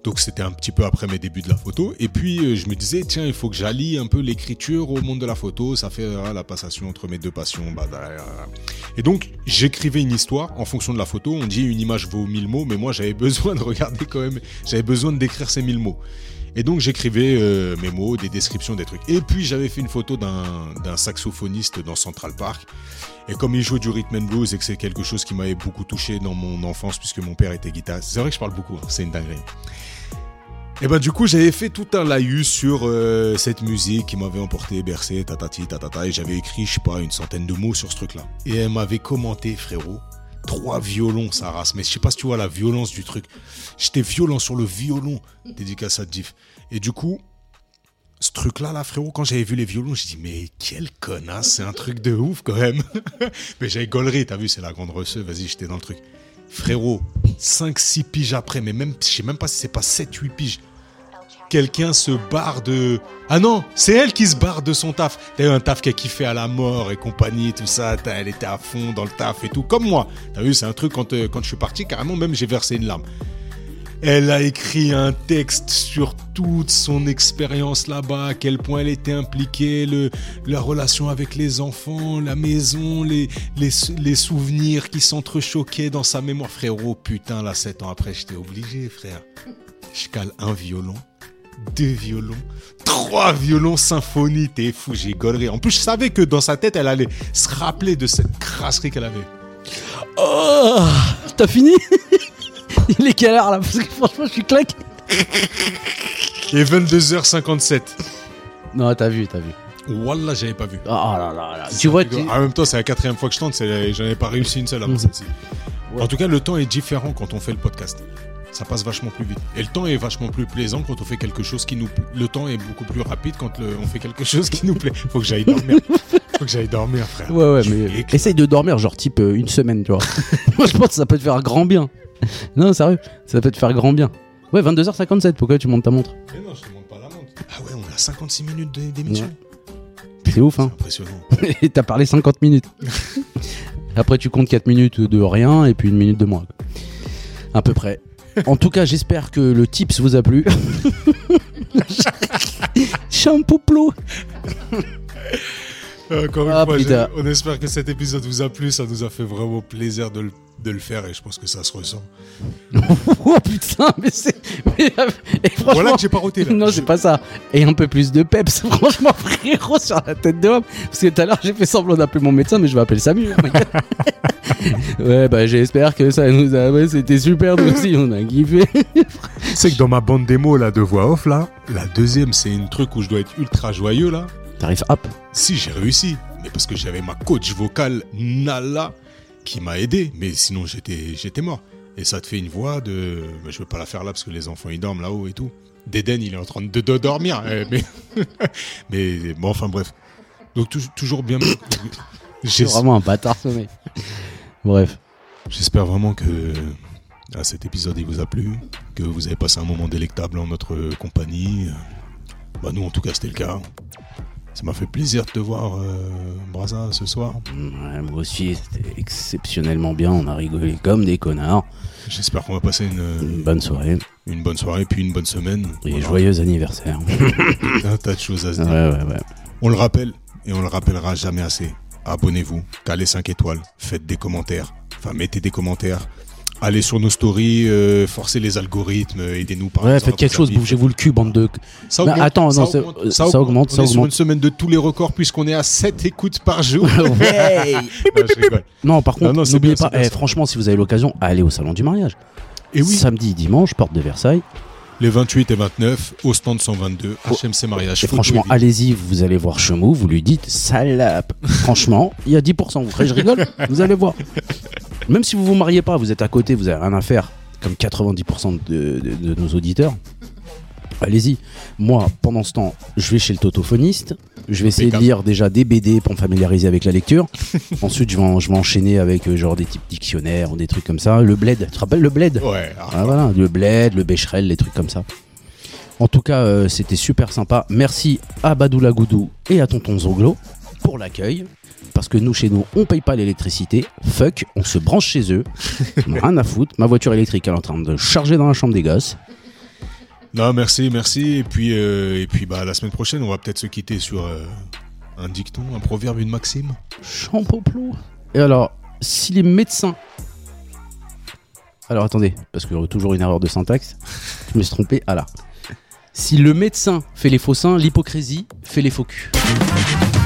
Donc c'était un petit peu après mes débuts de la photo. Et puis je me disais, tiens, il faut que j'allie un peu l'écriture au monde de la photo. Ça fait la passation entre mes deux passions. Et donc j'écrivais une histoire en fonction de la photo. On dit une image vaut 1000 mots, mais moi j'avais besoin de regarder quand même. J'avais besoin d'écrire ces 1000 mots. Et donc j'écrivais mes mots, des descriptions, des trucs. Et puis j'avais fait une photo d'un saxophoniste dans Central Park. Et comme il joue du rhythm and blues et que c'est quelque chose qui m'avait beaucoup touché dans mon enfance puisque mon père était guitariste. C'est vrai que je parle beaucoup, hein, c'est une dinguerie. Et ben du coup j'avais fait tout un laïus sur cette musique qui m'avait emporté, bercé, tatati, tatata. Et j'avais écrit, je sais pas, une centaine de mots sur ce truc-là. Et elle m'avait commenté, frérot. 3 violons, sa race. Mais je sais pas si tu vois la violence du truc. J'étais violent sur le violon. Dédicace à Diff. Et du coup, ce truc-là, frérot, quand j'avais vu les violons, j'ai dit, mais quel connasse, c'est un truc de ouf quand même. Mais j'avais gaulerie, t'as vu, c'est la grande receux, vas-y, j'étais dans le truc. Frérot, 5-6 piges après, mais même, je sais même pas si c'est pas 7-8 piges. Quelqu'un se barre de... Ah non, c'est elle qui se barre de son taf. T'as eu un taf qui a kiffé à la mort et compagnie, tout ça. Elle était à fond dans le taf et tout, comme moi. T'as vu, c'est un truc, quand je suis parti, carrément, même j'ai versé une larme. Elle a écrit un texte sur toute son expérience là-bas, à quel point elle était impliquée, la relation avec les enfants, la maison, les souvenirs qui s'entrechoquaient dans sa mémoire. Frérot, putain, là, 7 ans après, j'étais obligé, frère. Je cale un violon. 2 violons, 3 violons symphonie, t'es fou, j'ai gaulerie. En plus, je savais que dans sa tête, elle allait se rappeler de cette crasserie qu'elle avait. Oh, t'as fini? Il est quelle heure là? Parce que franchement, je suis claqué. Et 22h57. Non, t'as vu. Wallah, j'avais pas vu. Oh là là. Tu vois, en même temps, c'est la 4e fois que je tente, j'en ai pas réussi une seule avant celle-ci. Ouais. En tout cas, le temps est différent quand on fait le podcast. Ça passe vachement plus vite. Et le temps est vachement plus plaisant quand on fait quelque chose qui nous plaît. Le temps est beaucoup plus rapide quand on fait quelque chose qui nous plaît. Faut que j'aille dormir. Frère. Ouais, mais essaye de dormir, genre type une semaine, tu vois. Moi, je pense que ça peut te faire grand bien. Non, sérieux, ça peut te faire grand bien. Ouais, 22h57, pourquoi tu montes ta montre? Mais non, je te montre pas la montre. Ah ouais, on a 56 minutes d'émission. Ouais. C'est ouf, hein. C'est impressionnant. Et t'as parlé 50 minutes. Après, tu comptes 4 minutes de rien et puis 1 minute de moins. À peu près. En tout cas, j'espère que le tips vous a plu. Champouplo. Encore une fois, on espère que cet épisode vous a plu. Ça nous a fait vraiment plaisir de le faire et je pense que ça se ressent. Oh putain, mais c'est... et franchement... Voilà que j'ai pas roté là. Non, c'est pas ça. Et un peu plus de peps, franchement, frérot, sur la tête de homme. Parce que tout à l'heure, j'ai fait semblant d'appeler mon médecin, mais je vais appeler Samu. Ouais, bah j'espère que ça nous a... Ouais, c'était super, nous aussi, on a kiffé. C'est que dans ma bande démo là, de voix off, là, la deuxième, c'est une truc où je dois être ultra joyeux, là. T'arrives hop. Si, j'ai réussi. Mais parce que j'avais ma coach vocale, Nala, qui m'a aidé. Mais sinon, j'étais mort. Et ça te fait une voix de... Je vais pas la faire là parce que les enfants, ils dorment là-haut et tout. Déden, il est en train de dormir. Mais bon, enfin bref. Donc, toujours bien... C'est vraiment un bâtard, ce mec. Bref. J'espère vraiment que cet épisode, il vous a plu. Que vous avez passé un moment délectable en notre compagnie. Bah nous, en tout cas, c'était le cas. Ça m'a fait plaisir de te voir, Braza, ce soir. Ouais, moi aussi, c'était exceptionnellement bien. On a rigolé comme des connards. J'espère qu'on va passer une bonne soirée. Une bonne soirée, puis une bonne semaine. Et voilà. Joyeux anniversaire. Un tas de choses à se dire. Ouais. On le rappelle, et on le rappellera jamais assez. Abonnez-vous, calez 5 étoiles, faites des commentaires. Enfin, mettez des commentaires. Allez sur nos stories, forcez les algorithmes, aidez-nous par exemple. Ouais, faites quelque chose, bougez-vous le cul, bande de... Ça augmente, attends, ça augmente. On est sur une semaine de tous les records puisqu'on est à 7 écoutes par jour. Ouais. Non, par contre, n'oubliez pas, bien, franchement, si vous avez l'occasion, allez au salon du mariage. Et oui. Samedi, dimanche, porte de Versailles. Les 28 et 29, au stand 122, HMC Mariage. Et franchement, allez-y, vous allez voir Chemou, vous lui dites salope. Franchement, il y a 10%. Vous croyez je rigole? Vous allez voir. Même si vous vous mariez pas, vous êtes à côté, vous avez rien à faire, comme 90% de nos auditeurs. Allez-y. Moi, pendant ce temps, je vais chez le totophoniste. Je vais essayer de lire déjà des BD pour me familiariser avec la lecture. Ensuite, je vais enchaîner avec genre des types dictionnaires ou des trucs comme ça. Le bled, tu te rappelles le bled? Ouais. Voilà, le bled, le bécherel, les trucs comme ça. En tout cas, c'était super sympa. Merci à Badoula Goudou et à Tonton Zoglo pour l'accueil. Parce que nous, chez nous, on paye pas l'électricité. Fuck, on se branche chez eux. On a rien à foutre. Ma voiture électrique, elle est en train de charger dans la chambre des gosses. Non, merci. Et puis, la semaine prochaine, on va peut-être se quitter sur un dicton, un proverbe, une maxime. Champoplou. Et alors, si les médecins... Alors attendez, parce que toujours une erreur de syntaxe. Je me suis trompé. Ah là. Si le médecin fait les faux seins, l'hypocrisie fait les faux culs.